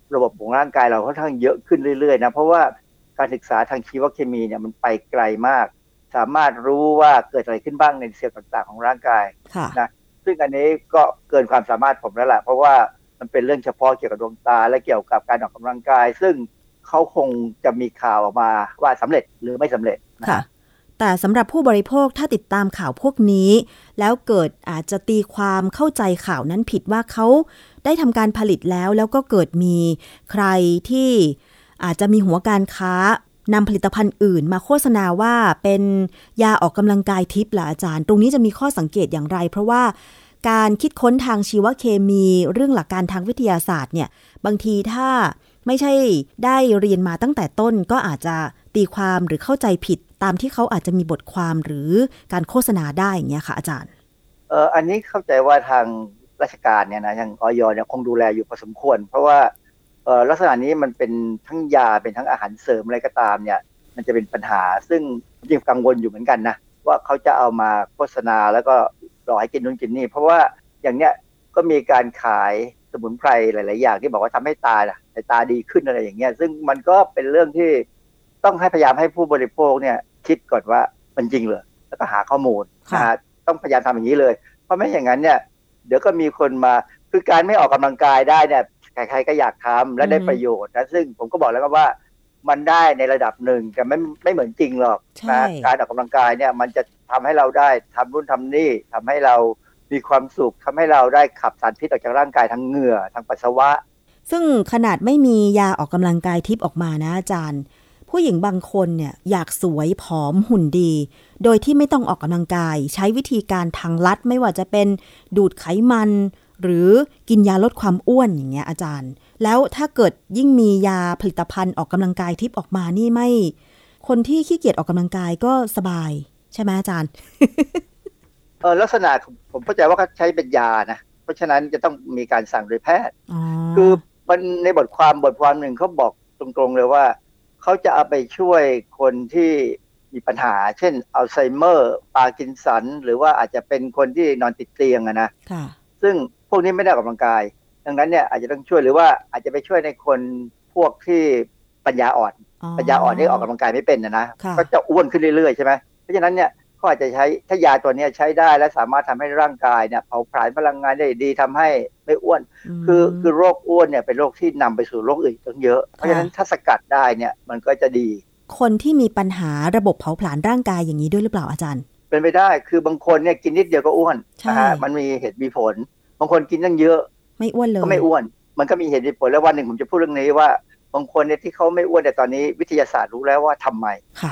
[SPEAKER 6] ระบบของร่างกายเราค่อนข้างเยอะขึ้นเรื่อยๆนะเพราะว่าการศึกษาทางชีวเคมีเนี่ยมันไปไกลมากสามารถรู้ว่าเกิดอะไรขึ้นบ้างในเซลล์ต่างๆของร่างกายนะซึ่งอันนี้ก็เกินความสามารถผมแล้วแหละเพราะว่ามันเป็นเรื่องเฉพาะเกี่ยวกับดวงตาและเกี่ยวกับการออกกำลังกายซึ่งเขาคงจะมีข่าวออกมาว่าสำเร็จหรือไม่สำเร็จ
[SPEAKER 5] ค่ะแต่สำหรับผู้บริโภคถ้าติดตามข่าวพวกนี้แล้วเกิดอาจจะตีความเข้าใจข่าวนั้นผิดว่าเขาได้ทำการผลิตแล้วก็เกิดมีใครที่อาจจะมีหัวการค้านำผลิตภัณฑ์อื่นมาโฆษณาว่าเป็นยาออกกำลังกายทิพย์ล่ะอาจารย์ตรงนี้จะมีข้อสังเกตอย่างไรเพราะว่าการคิดค้นทางชีวเคมีเรื่องหลักการทางวิทยาศาสตร์เนี่ยบางทีถ้าไม่ใช่ได้เรียนมาตั้งแต่ต้นก็อาจจะตีความหรือเข้าใจผิดตามที่เขาอาจจะมีบทความหรือการโฆษณาได้อย่างเงี้ยค่ะอาจารย์
[SPEAKER 6] อันนี้เข้าใจว่าทางราชการเนี่ยนะอย่างอย.เนี่ยคงดูแลอยู่พอสมควรเพราะว่าลักษณะนี้มันเป็นทั้งยาเป็นทั้งอาหารเสริมอะไรก็ตามเนี่ยมันจะเป็นปัญหาซึ่งยิ่งกังวลอยู่เหมือนกันนะว่าเขาจะเอามาโฆษณาแล้วก็หลอกให้กินนู่นกินนี่เพราะว่าอย่างเนี้ยก็มีการขายสมุนไพรหลายๆอย่างที่บอกว่าทำให้ตาดีขึ้นอะไรอย่างเงี้ยซึ่งมันก็เป็นเรื่องที่ต้องให้พยายามให้ผู้บริโภคเนี่ยคิดก่อนว่ามันจริงเหรอแล้วก็หาข้อมูลนะฮะต้องพยายามทำอย่างนี้เลยเพราะไม่อย่างนั้นเนี่ยเดี๋ยวก็มีคนมาคือการไม่ออกกำลังกายได้เนี่ยใครๆก็อยากทำและได้ประโยชน์นะซึ่งผมก็บอกแล้วว่ามันได้ในระดับหนึ่งแต่ไม่เหมือนจริงหรอกนะการออกกำลังกายเนี่ยมันจะทำให้เราได้ทำนู่นทำนี่ทำให้เรามีความสุขทำให้เราได้ขับสารพิษออกจากร่างกายทางเหงื่อทางปัสสาวะ
[SPEAKER 5] ซึ่งขนาดไม่มียาออกกำลังกายทิพย์ออกมานะอาจารย์ผู้หญิงบางคนเนี่ยอยากสวยผอมหุ่นดีโดยที่ไม่ต้องออกกำลังกายใช้วิธีการทางลัดไม่ว่าจะเป็นดูดไขมันหรือกินยาลดความอ้วนอย่างเงี้ยอาจารย์แล้วถ้าเกิดยิ่งมียาผลิตภัณฑ์ออกกำลังกายทิพย์ออกมานี่ไม่คนที่ขี้เกียจออกกำลังกายก็สบายใช่ไหมอาจารย์
[SPEAKER 6] ลักษณะผมเข้าใจว่าเขาใช้เป็นยานะเพราะฉะนั้นจะต้องมีการสั่งโดยแพทย์คือมันในบทความหนึ่งเขาบอกตรงๆเลยว่าเขาจะเอาไปช่วยคนที่มีปัญหาเช่นอัลไซเมอร์ปาร์กินสันหรือว่าอาจจะเป็นคนที่นอนติดเตียงนะซึ่งพวกนี้ไม่ได้ออกกำลังกายดังนั้นเนี่ยอาจจะต้องช่วยหรือว่าอาจจะไปช่วยในคนพวกที่ปัญญาอ่อนที่ออกกำลังกายไม่เป็นนะก็จะอ้วนขึ้นเรื่อยๆใช่ไหมเพราะฉะนั้นเนี่ยเขาอาจจะใช้ถ้ายาตัวนี้ใช้ได้และสามารถทำให้ร่างกายเนี่ยเผาผลาญพลังงานได้ดีทำให้ไม่อ้วนคือโรคอ้วนเนี่ยเป็นโรคที่นำไปสู่โรคอื่นตั้งเยอะเพราะฉะนั้นถ้าสกัดได้เนี่ยมันก็จะดี
[SPEAKER 5] คนที่มีปัญหาระบบเผาผลาญร่างกายอย่างนี้ด้วยหรือเปล่าอาจารย์
[SPEAKER 6] เป็นไปได้คือบางคนเนี่ยกินนิดเดียวก็อ้วนนะฮะมันมีเหตุมีผลบางคนกินตั้งเยอะ
[SPEAKER 5] ไม่อ้วนเลย
[SPEAKER 6] ก็ไม่อ้วนมันก็มีเหตุมีผลแล้ววันหนึ่งผมจะพูดเรื่องนี้ว่าบางคนเนี่ยที่เขาไม่อ้วนแต่ตอนนี้วิทยาศาสตร์รู้แล้วว่าทำไม
[SPEAKER 5] ค่ะ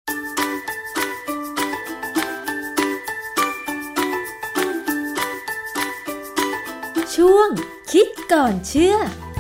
[SPEAKER 1] ช่วงคิดก่อนเชื่อ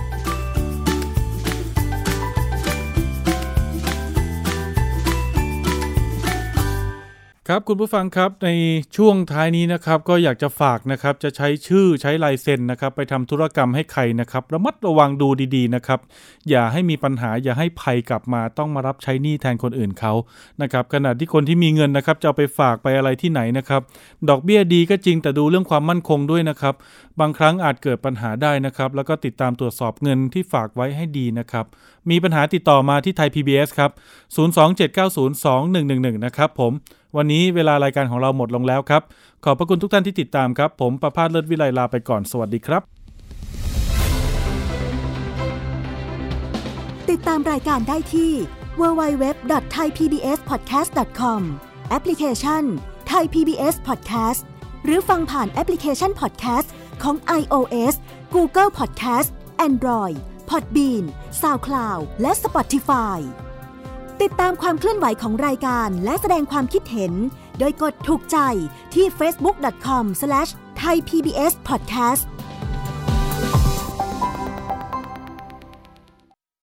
[SPEAKER 2] ครับคุณผู้ฟังครับในช่วงท้ายนี้นะครับก็อยากจะฝากนะครับจะใช้ชื่อใช้ลายเซ็นนะครับไปทำธุรกรรมให้ใครนะครับระมัดระวังดูดีๆนะครับอย่าให้มีปัญหาอย่าให้ภัยกลับมาต้องมารับใช้หนี้แทนคนอื่นเขานะครับขณะที่คนที่มีเงินนะครับจะเอาไปฝากไปอะไรที่ไหนนะครับดอกเบี้ยดีก็จริงแต่ดูเรื่องความมั่นคงด้วยนะครับบางครั้งอาจเกิดปัญหาได้นะครับแล้วก็ติดตามตรวจสอบเงินที่ฝากไว้ให้ดีนะครับมีปัญหาติดต่อมาที่ไทย PBS ครับ027902111นะครับผมวันนี้เวลารายการของเราหมดลงแล้วครับขอบพระคุณทุกท่านที่ติดตามครับผมประภาสเลิศวิไลลาไปก่อนสวัสดีครับ
[SPEAKER 5] ติดตามรายการได้ที่ www.thaipbspodcast.com แอปพลิเคชัน Thai PBS Podcast หรือฟังผ่านแอปพลิเคชัน Podcast ของ iOS Google Podcast Android Podbean SoundCloud และ Spotifyติดตามความเคลื่อนไหวของรายการและแสดงความคิดเห็นโดยกดถูกใจที่ facebook.com/thaipbspodcast